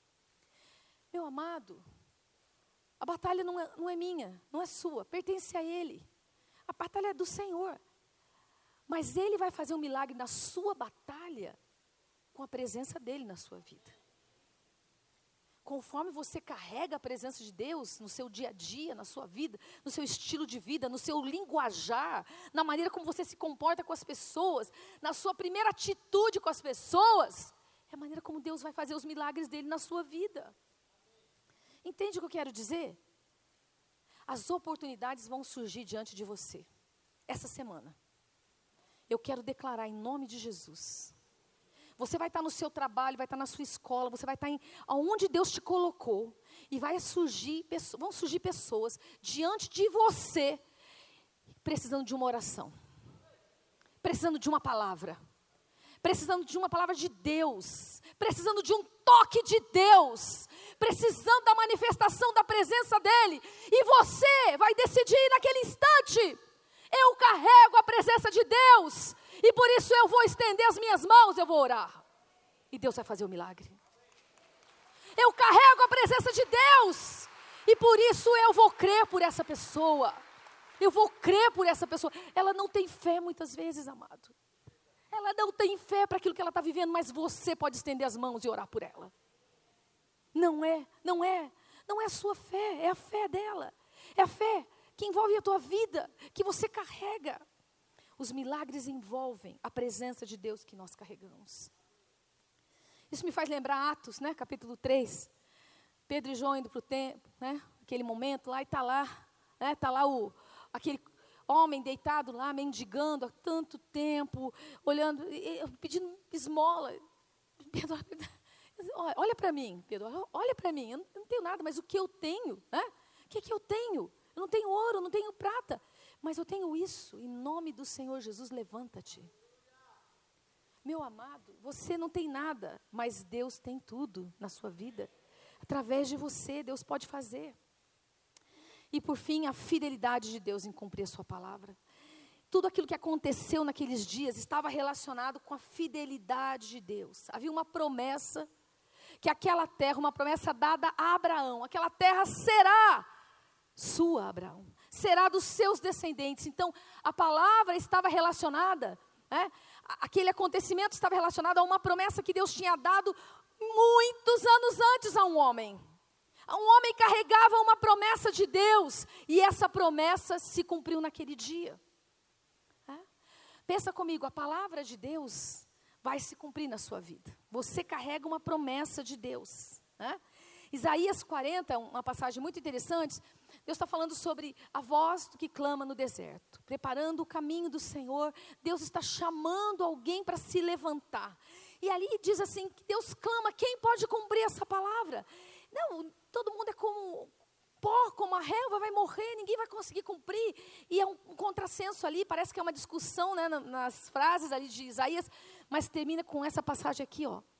Speaker 1: Meu amado, a batalha não é, não é minha, não é sua, pertence a Ele. A batalha é do Senhor. Mas Ele vai fazer um milagre na sua batalha com a presença dEle na sua vida. Conforme você carrega a presença de Deus no seu dia a dia, na sua vida, no seu estilo de vida, no seu linguajar, na maneira como você se comporta com as pessoas, na sua primeira atitude com as pessoas, é a maneira como Deus vai fazer os milagres dEle na sua vida. Entende o que eu quero dizer? As oportunidades vão surgir diante de você, essa semana. Eu quero declarar em nome de Jesus. Você vai estar no seu trabalho, vai estar na sua escola, você vai estar em aonde Deus te colocou. E vai surgir, vão surgir pessoas diante de você, precisando de uma oração. Precisando de uma palavra. Precisando de uma palavra de Deus. Precisando de um toque de Deus. Precisando da manifestação da presença dEle. E você vai decidir naquele instante: eu carrego a presença de Deus, e por isso eu vou estender as minhas mãos, eu vou orar. E Deus vai fazer o milagre. Eu carrego a presença de Deus, e por isso eu vou crer por essa pessoa. Eu vou crer por essa pessoa. Ela não tem fé muitas vezes, amado. Ela não tem fé para aquilo que ela está vivendo, mas você pode estender as mãos e orar por ela. Não é, não é, não é a sua fé, é a fé dela. É a fé que envolve a tua vida, que você carrega. Os milagres envolvem a presença de Deus que nós carregamos. Isso me faz lembrar Atos, né, capítulo três. Pedro e João indo para o templo, né, aquele momento lá, e está lá, né, está lá o, aquele homem deitado lá, mendigando há tanto tempo, olhando, pedindo esmola. Pedro, olha para mim, Pedro, olha para mim, eu não, eu não tenho nada, mas o que eu tenho, né? O que, que eu tenho? Eu não tenho ouro, eu não tenho prata, mas eu tenho isso. Em nome do Senhor Jesus, levanta-te. Meu amado, você não tem nada, mas Deus tem tudo na sua vida. Através de você, Deus pode fazer. E por fim, a fidelidade de Deus em cumprir a sua palavra. Tudo aquilo que aconteceu naqueles dias estava relacionado com a fidelidade de Deus. Havia uma promessa, que aquela terra, uma promessa dada a Abraão, aquela terra será sua, Abraão, será dos seus descendentes. Então, a palavra estava relacionada, né? Aquele acontecimento estava relacionado a uma promessa que Deus tinha dado muitos anos antes a um homem. Um homem carregava uma promessa de Deus, e essa promessa se cumpriu naquele dia. É? Pensa comigo, a palavra de Deus vai se cumprir na sua vida. Você carrega uma promessa de Deus. É? Isaías quarenta, uma passagem muito interessante. Deus está falando sobre a voz que clama no deserto, preparando o caminho do Senhor. Deus está chamando alguém para se levantar. E ali diz assim, que Deus clama, quem pode cumprir essa palavra? Não, todo mundo é como pó, como a relva, vai morrer, ninguém vai conseguir cumprir. E é um, um contrassenso ali, parece que é uma discussão, né, nas frases ali de Isaías, mas termina com essa passagem aqui, ó.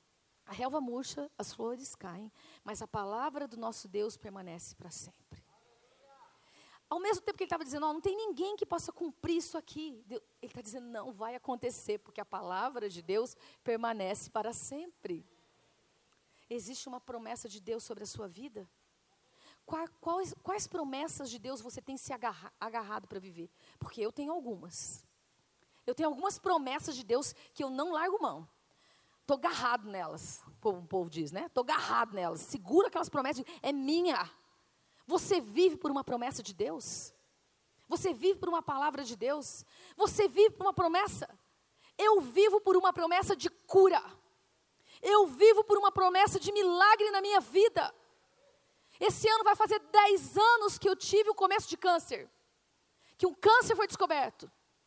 Speaker 1: A relva murcha, as flores caem, mas a palavra do nosso Deus permanece para sempre. Ao mesmo tempo que ele estava dizendo, oh, não tem ninguém que possa cumprir isso aqui. Deus, ele está dizendo, não vai acontecer, porque a palavra de Deus permanece para sempre. Existe uma promessa de Deus sobre a sua vida? Quais, quais, quais promessas de Deus você tem se agarra, agarrado para viver? Porque eu tenho algumas. Eu tenho algumas promessas de Deus que eu não largo mão. Estou agarrado nelas, como o povo diz, né? Estou agarrado nelas. Segura aquelas promessas, é minha. Você vive por uma promessa de Deus? Você vive por uma palavra de Deus? Você vive por uma promessa? Eu vivo por uma promessa de cura. Eu vivo por uma promessa de milagre na minha vida. Esse ano vai fazer dez anos que eu tive o começo de câncer. Que um câncer foi descoberto.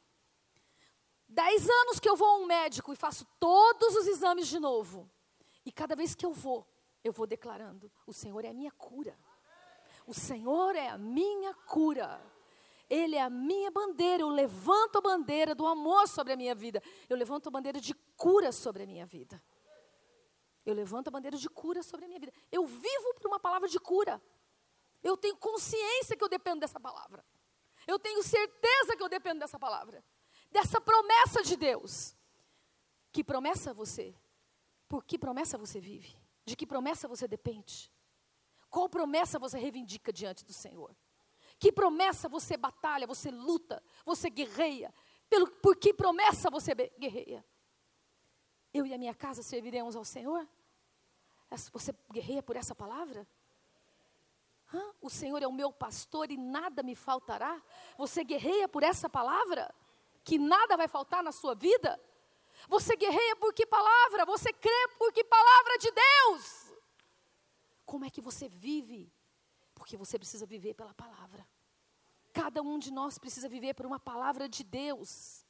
Speaker 1: Dez anos que eu vou a um médico e faço todos os exames de novo. E cada vez que eu vou, eu vou declarando, o Senhor é a minha cura. O Senhor é a minha cura. Ele é a minha bandeira. Eu levanto a bandeira do amor sobre a minha vida. Eu levanto a bandeira de cura sobre a minha vida. Eu levanto a bandeira de cura sobre a minha vida. Eu vivo por uma palavra de cura. Eu tenho consciência que eu dependo dessa palavra. Eu tenho certeza que eu dependo dessa palavra. Dessa promessa de Deus. Que promessa você? Por que promessa você vive? De que promessa você depende? Qual promessa você reivindica diante do Senhor? Que promessa você batalha, você luta, você guerreia? Pelo, por que promessa você guerreia? Eu e a minha casa serviremos ao Senhor? Você guerreia por essa palavra? Hã? O Senhor é o meu pastor e nada me faltará? Você guerreia por essa palavra? Que nada vai faltar na sua vida? Você guerreia por que palavra? Você crê por que palavra de Deus? Como é que você vive? Porque você precisa viver pela palavra. Cada um de nós precisa viver por uma palavra de Deus.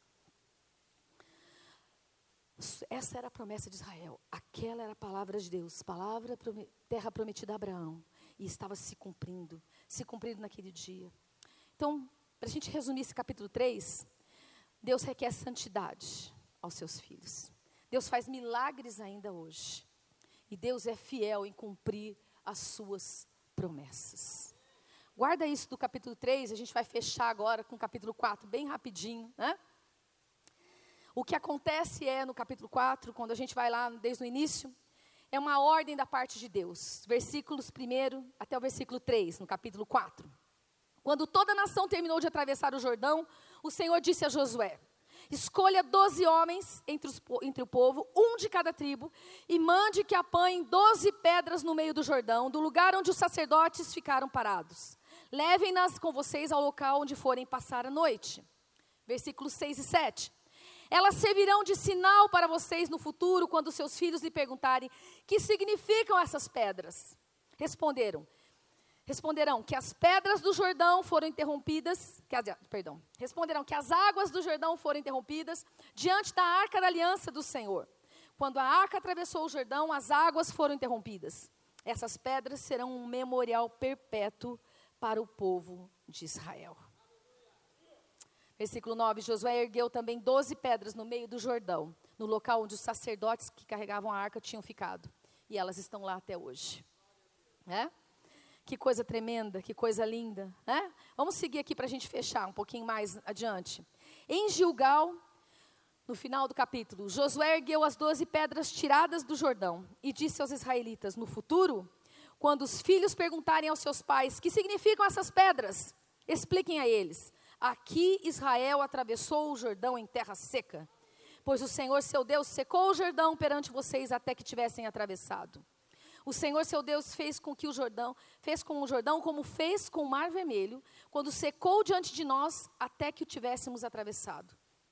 Speaker 1: Essa era a promessa de Israel. Aquela era a palavra de Deus. Palavra, terra prometida a Abraão. E estava se cumprindo. Se cumprindo naquele dia. Então, para a gente resumir esse capítulo três, Deus requer santidade aos seus filhos. Deus faz milagres ainda hoje. E Deus é fiel em cumprir as suas promessas. Guarda isso do capítulo três, a gente vai fechar agora com o capítulo quatro, bem rapidinho, né? O que acontece é, no capítulo quatro, quando a gente vai lá desde o início, é uma ordem da parte de Deus. Versículos primeiro até o versículo três, no capítulo quatro. Quando toda a nação terminou de atravessar o Jordão, o Senhor disse a Josué, escolha doze homens entre, os, entre o povo, um de cada tribo, e mande que apanhem doze pedras no meio do Jordão, do lugar onde os sacerdotes ficaram parados. Levem-nas com vocês ao local onde forem passar a noite. Versículos seis e sete. Elas servirão de sinal para vocês no futuro, quando seus filhos lhe perguntarem, que significam essas pedras? Responderam. Responderão que as pedras do Jordão foram interrompidas, que, perdão, responderão que as águas do Jordão foram interrompidas diante da arca da aliança do Senhor. Quando a arca atravessou o Jordão, as águas foram interrompidas. Essas pedras serão um memorial perpétuo para o povo de Israel. Versículo nove, Josué ergueu também doze pedras no meio do Jordão, no local onde os sacerdotes que carregavam a arca tinham ficado. E elas estão lá até hoje. É? Que coisa tremenda, que coisa linda, né? Vamos seguir aqui para a gente fechar um pouquinho mais adiante. Em Gilgal, no final do capítulo, Josué ergueu as doze pedras tiradas do Jordão e disse aos israelitas, no futuro, quando os filhos perguntarem aos seus pais, que significam essas pedras? Expliquem a eles, aqui Israel atravessou o Jordão em terra seca, pois o Senhor seu Deus secou o Jordão perante vocês até que tivessem atravessado. O Senhor, seu Deus, fez com que o Jordão, fez com o Jordão como fez com o Mar Vermelho, quando secou diante de nós, até que o tivéssemos atravessado.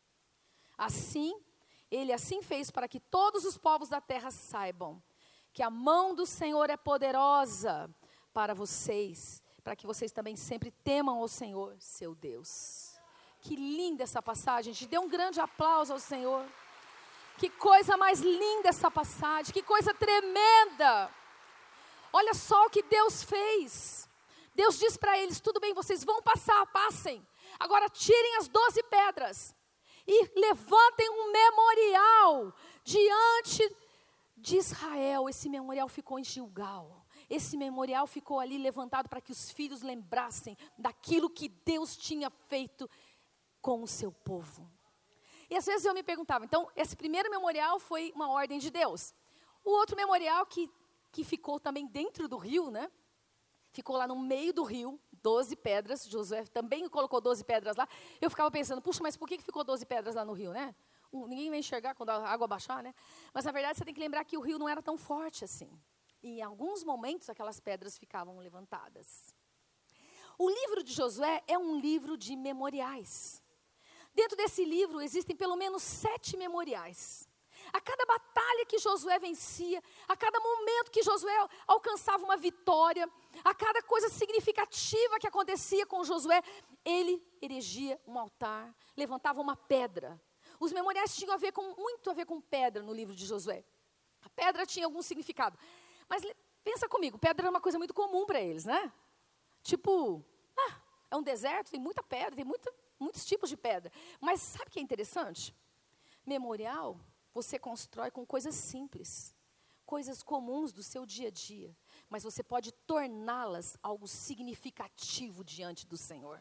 Speaker 1: Assim, ele assim fez para que todos os povos da terra saibam que a mão do Senhor é poderosa para vocês, para que vocês também sempre temam ao Senhor, seu Deus. Que linda essa passagem, a gente dê um grande aplauso ao Senhor. Que coisa mais linda essa passagem, que coisa tremenda. Olha só o que Deus fez. Deus diz para eles, tudo bem, vocês vão passar, passem. Agora tirem as doze pedras e levantem um memorial diante de Israel, esse memorial ficou em Gilgal. Esse memorial ficou ali levantado para que os filhos lembrassem daquilo que Deus tinha feito com o seu povo. E às vezes eu me perguntava, então esse primeiro memorial foi uma ordem de Deus. O outro memorial que, que ficou também dentro do rio, né? Ficou lá no meio do rio, doze pedras. Josué também colocou doze pedras lá. Eu ficava pensando, puxa, mas por que que ficou doze pedras lá no rio, né? Ninguém vai enxergar quando a água baixar, né? Mas na verdade você tem que lembrar que o rio não era tão forte assim. E em alguns momentos aquelas pedras ficavam levantadas. O livro de Josué é um livro de memoriais. Dentro desse livro existem pelo menos sete memoriais. A cada batalha que Josué vencia, a cada momento que Josué alcançava uma vitória, a cada coisa significativa que acontecia com Josué, ele erigia um altar, levantava uma pedra. Os memoriais tinham a ver com, muito a ver com pedra no livro de Josué. A pedra tinha algum significado. Mas pensa comigo, pedra era uma coisa muito comum para eles, né? Tipo, ah, é um deserto, tem muita pedra, tem muita, muitos tipos de pedra. Mas sabe o que é interessante? Memorial você constrói com coisas simples, coisas comuns do seu dia a dia. Mas você pode torná-las algo significativo diante do Senhor.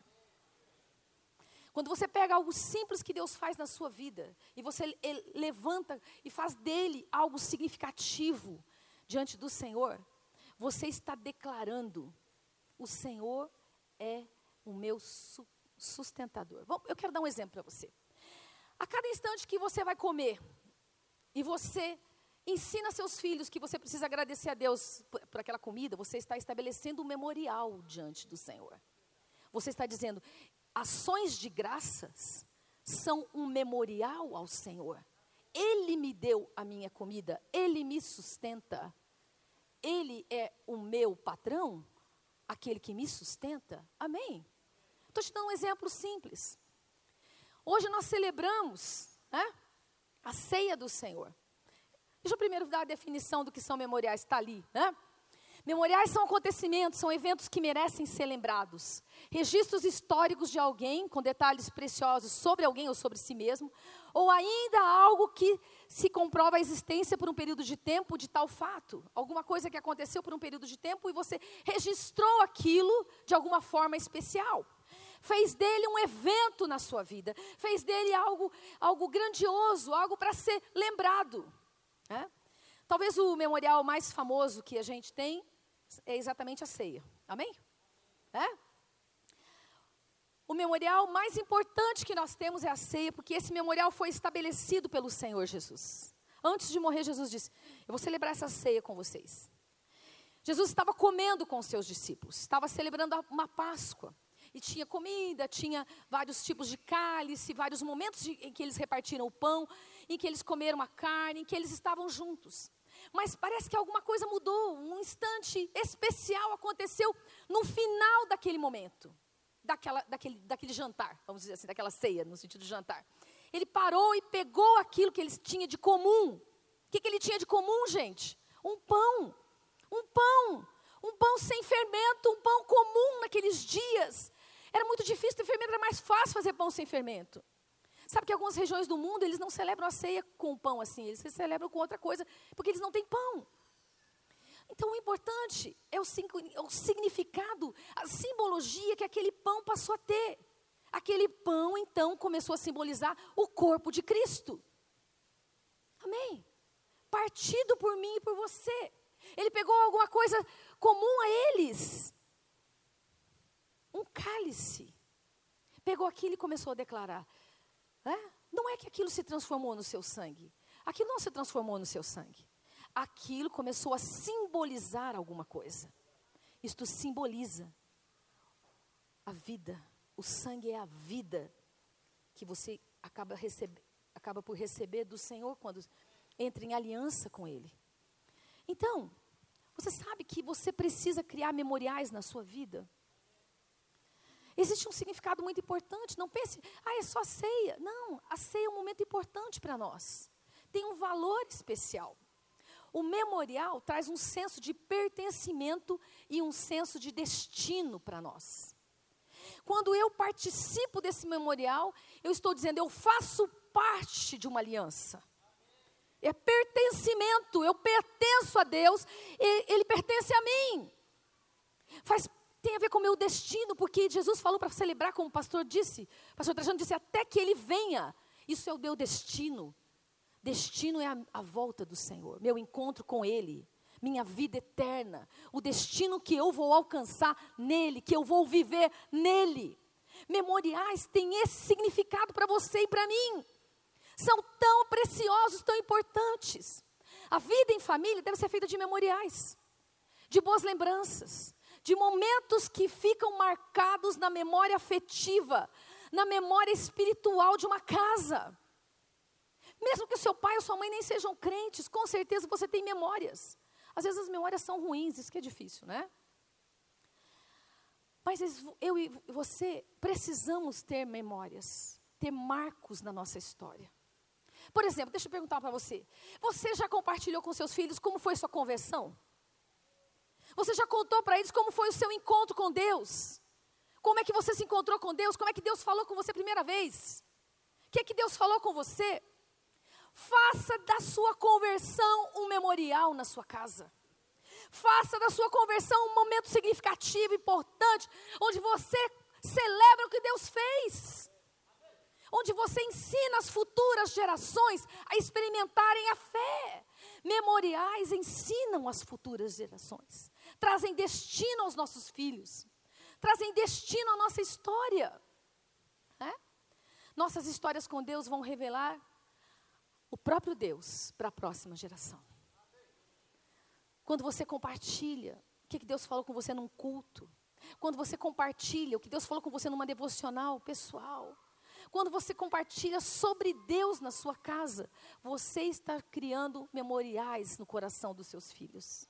Speaker 1: Quando você pega algo simples que Deus faz na sua vida, e você levanta e faz dele algo significativo diante do Senhor, você está declarando, o Senhor é o meu su- sustentador. Bom, eu quero dar um exemplo para você. A cada instante que você vai comer, e você ensina seus filhos que você precisa agradecer a Deus por, por aquela comida, você está estabelecendo um memorial diante do Senhor. Você está dizendo, ações de graças são um memorial ao Senhor. Ele me deu a minha comida, Ele me sustenta. Ele é o meu patrão, aquele que me sustenta. Amém? Estou te dando um exemplo simples. Hoje nós celebramos, né, a ceia do Senhor. Deixa eu primeiro dar a definição do que são memoriais, está ali, né? Memoriais são acontecimentos, são eventos que merecem ser lembrados. Registros históricos de alguém, com detalhes preciosos sobre alguém ou sobre si mesmo, ou ainda algo que se comprova a existência por um período de tempo de tal fato. Alguma coisa que aconteceu por um período de tempo e você registrou aquilo de alguma forma especial. Fez dele um evento na sua vida, fez dele algo, algo grandioso, algo para ser lembrado. É? Talvez o memorial mais famoso que a gente tem é exatamente a ceia. Amém? É? O memorial mais importante que nós temos é a ceia, porque esse memorial foi estabelecido pelo Senhor Jesus. Antes de morrer, Jesus disse, eu vou celebrar essa ceia com vocês. Jesus estava comendo com os seus discípulos, estava celebrando uma Páscoa. E tinha comida, tinha vários tipos de cálice, vários momentos de, em que eles repartiram o pão, em que eles comeram a carne, em que eles estavam juntos. Mas parece que alguma coisa mudou, um instante especial aconteceu no final daquele momento, daquela, daquele, daquele jantar, vamos dizer assim, daquela ceia, no sentido de jantar. Ele parou e pegou aquilo que eles tinham de comum. O que, que ele tinha de comum, gente? Um pão, um pão, um pão sem fermento, um pão comum naqueles dias. Era muito difícil ter fermento, era mais fácil fazer pão sem fermento. Sabe que algumas regiões do mundo, eles não celebram a ceia com pão assim, eles celebram com outra coisa, porque eles não têm pão. Então o importante é o, é o significado, a simbologia que aquele pão passou a ter. Aquele pão, então, começou a simbolizar o corpo de Cristo. Amém? Partido por mim e por você. Ele pegou alguma coisa comum a eles. Um cálice. Pegou aquilo e começou a declarar. É? Não é que aquilo se transformou no seu sangue. Aquilo não se transformou no seu sangue. Aquilo começou a simbolizar alguma coisa. Isto simboliza a vida. O sangue é a vida que você acaba, recebe, acaba por receber do Senhor quando entra em aliança com Ele. Então, você sabe que você precisa criar memoriais na sua vida. Existe um significado muito importante. Não pense, ah, é só ceia. Não, a ceia é um momento importante para nós. Tem um valor especial. O memorial traz um senso de pertencimento e um senso de destino para nós. Quando eu participo desse memorial, eu estou dizendo, eu faço parte de uma aliança. É pertencimento, eu pertenço a Deus, Ele pertence a mim. Faz, tem a ver com o meu destino, porque Jesus falou para celebrar, como o pastor disse, o pastor Trajano disse, até que Ele venha. Isso é o meu destino. Destino é a, a volta do Senhor, meu encontro com Ele, minha vida eterna, o destino que eu vou alcançar nele, que eu vou viver nele. Memoriais têm esse significado para você e para mim. São tão preciosos, tão importantes. A vida em família deve ser feita de memoriais, de boas lembranças, de momentos que ficam marcados na memória afetiva, na memória espiritual de uma casa. Mesmo que o seu pai ou sua mãe nem sejam crentes, com certeza você tem memórias. Às vezes as memórias são ruins, isso que é difícil, né? Mas eu e você precisamos ter memórias, ter marcos na nossa história. Por exemplo, deixa eu perguntar para você. Você já compartilhou com seus filhos como foi sua conversão? Você já contou para eles como foi o seu encontro com Deus? Como é que você se encontrou com Deus? Como é que Deus falou com você a primeira vez? O que é que Deus falou com você? Faça da sua conversão um memorial na sua casa. Faça da sua conversão um momento significativo, importante, onde você celebra o que Deus fez. Onde você ensina as futuras gerações a experimentarem a fé. Memoriais ensinam as futuras gerações. Trazem destino aos nossos filhos. Trazem destino à nossa história. É? Nossas histórias com Deus vão revelar o próprio Deus para a próxima geração. Quando você compartilha o que Deus falou com você num culto. Quando você compartilha o que Deus falou com você numa devocional pessoal. Quando você compartilha sobre Deus na sua casa, você está criando memoriais no coração dos seus filhos.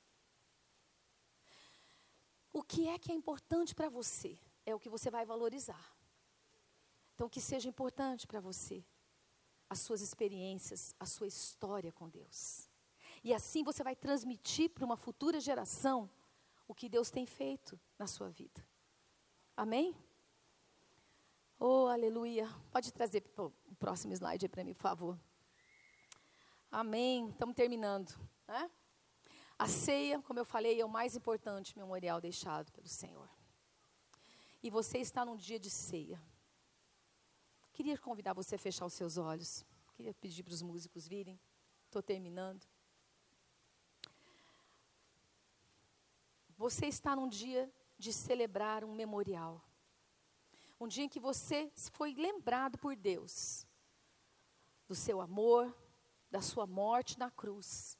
Speaker 1: O que é que é importante para você? É o que você vai valorizar. Então, que seja importante para você, as suas experiências, a sua história com Deus. E assim você vai transmitir para uma futura geração o que Deus tem feito na sua vida. Amém? Oh, aleluia. Pode trazer o próximo slide aí para mim, por favor. Amém. Estamos terminando. Né? A ceia, como eu falei, é o mais importante memorial deixado pelo Senhor. E você está num dia de ceia. Queria convidar você a fechar os seus olhos. Queria pedir para os músicos virem. Estou terminando. Você está num dia de celebrar um memorial. Um dia em que você foi lembrado por Deus. Do seu amor, da sua morte na cruz.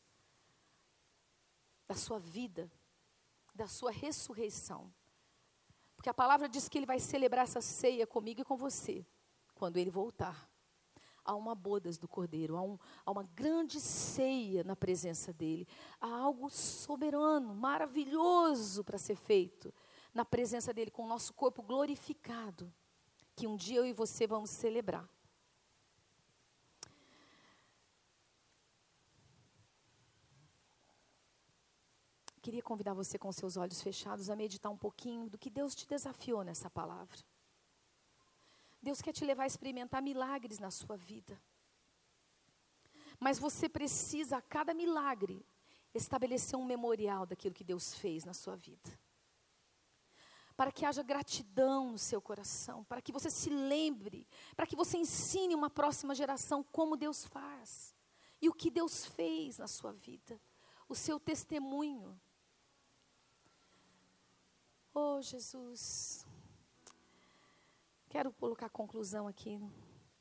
Speaker 1: Da sua vida, da sua ressurreição. Porque a palavra diz que Ele vai celebrar essa ceia comigo e com você, quando Ele voltar. Há uma bodas do Cordeiro, há, um, há uma grande ceia na presença dEle. Há algo soberano, maravilhoso para ser feito na presença dEle, com o nosso corpo glorificado, que um dia eu e você vamos celebrar. Queria convidar você com seus olhos fechados a meditar um pouquinho do que Deus te desafiou nessa palavra. Deus quer te levar a experimentar milagres na sua vida. Mas você precisa, a cada milagre, estabelecer um memorial daquilo que Deus fez na sua vida. Para que haja gratidão no seu coração, para que você se lembre, para que você ensine uma próxima geração como Deus faz. E o que Deus fez na sua vida. O seu testemunho. Oh, Jesus. Quero colocar a conclusão aqui. O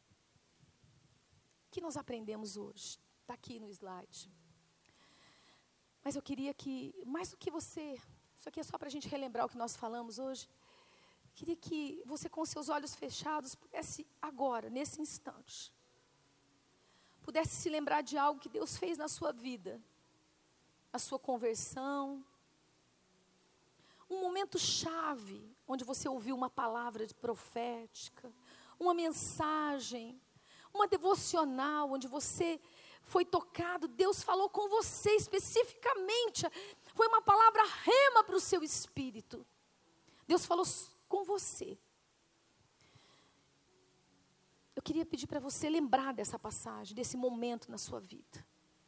Speaker 1: que nós aprendemos hoje? Está aqui no slide. Mas eu queria que, mais do que você, isso aqui é só para a gente relembrar o que nós falamos hoje. Queria que você, com seus olhos fechados, pudesse agora, nesse instante, pudesse se lembrar de algo que Deus fez na sua vida. A sua conversão. Um momento chave, onde você ouviu uma palavra profética, uma mensagem, uma devocional, onde você foi tocado, Deus falou com você especificamente, foi uma palavra rema para o seu espírito. Deus falou com você. Eu queria pedir para você lembrar dessa passagem, desse momento na sua vida.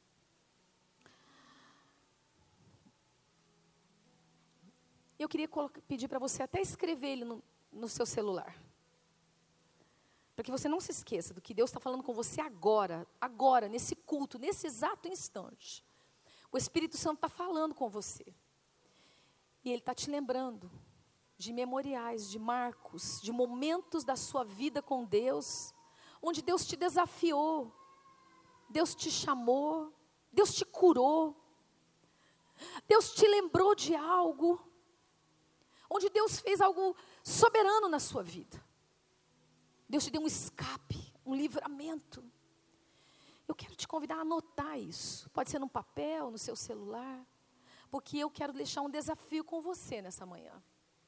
Speaker 1: Eu queria pedir para você até escrever ele no, no seu celular. Para que você não se esqueça do que Deus está falando com você agora, agora, nesse culto, nesse exato instante. O Espírito Santo está falando com você. E Ele está te lembrando de memoriais, de marcos, de momentos da sua vida com Deus, onde Deus te desafiou, Deus te chamou, Deus te curou, Deus te lembrou de algo, onde Deus fez algo soberano na sua vida. Deus te deu um escape, um livramento. Eu quero te convidar a anotar isso. Pode ser num papel, no seu celular. Porque eu quero deixar um desafio com você nessa manhã.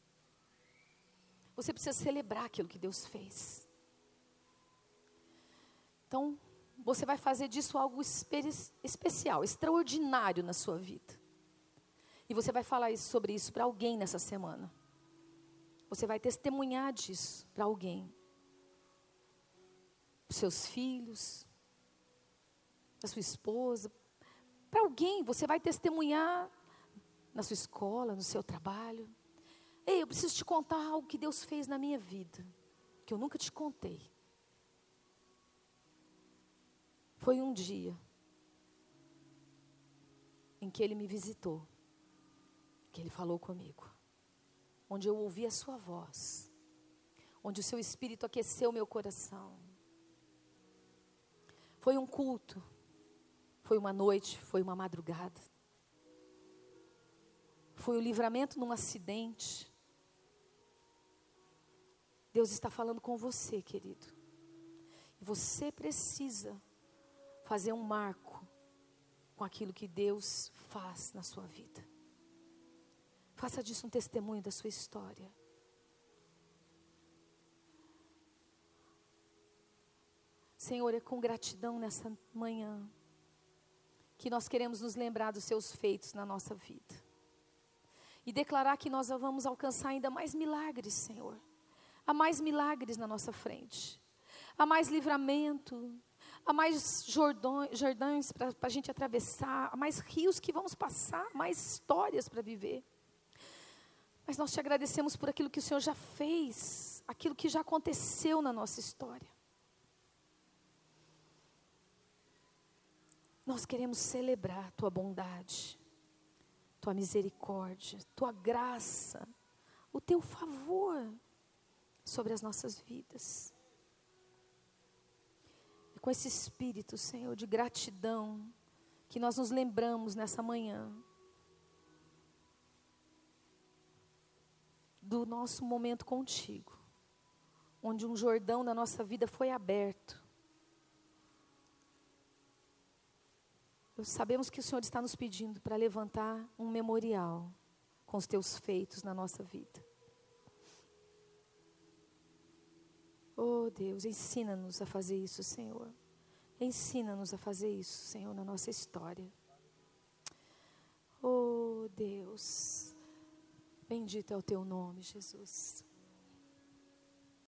Speaker 1: Você precisa celebrar aquilo que Deus fez. Então, você vai fazer disso algo espe- especial, extraordinário na sua vida. E você vai falar isso, sobre isso para alguém nessa semana. Você vai testemunhar disso para alguém. Para os seus filhos, para sua esposa, para alguém. Você vai testemunhar na sua escola, no seu trabalho. Ei, eu preciso te contar algo que Deus fez na minha vida, que eu nunca te contei. Foi um dia em que Ele me visitou, que Ele falou comigo, onde eu ouvi a sua voz, onde o seu Espírito aqueceu meu coração. Foi um culto, foi uma noite, foi uma madrugada. Foi o livramento num acidente. Deus está falando com você, querido. E você precisa fazer um marco com aquilo que Deus faz na sua vida. Faça disso um testemunho da sua história. Senhor, é com gratidão nessa manhã que nós queremos nos lembrar dos seus feitos na nossa vida. E declarar que nós vamos alcançar ainda mais milagres, Senhor. Há mais milagres na nossa frente. Há mais livramento. Há mais jordões, jordões para a gente atravessar. Há mais rios que vamos passar. Mais histórias para viver. Mas nós te agradecemos por aquilo que o Senhor já fez. Aquilo que já aconteceu na nossa história. Nós queremos celebrar tua bondade, tua misericórdia, tua graça, o teu favor sobre as nossas vidas. E com esse espírito, Senhor, de gratidão, que nós nos lembramos nessa manhã do nosso momento contigo, onde um Jordão na nossa vida foi aberto. Sabemos que o Senhor está nos pedindo para levantar um memorial com os teus feitos na nossa vida. Oh Deus, ensina-nos a fazer isso, Senhor. Ensina-nos a fazer isso, Senhor, na nossa história. Oh Deus, bendito é o teu nome, Jesus.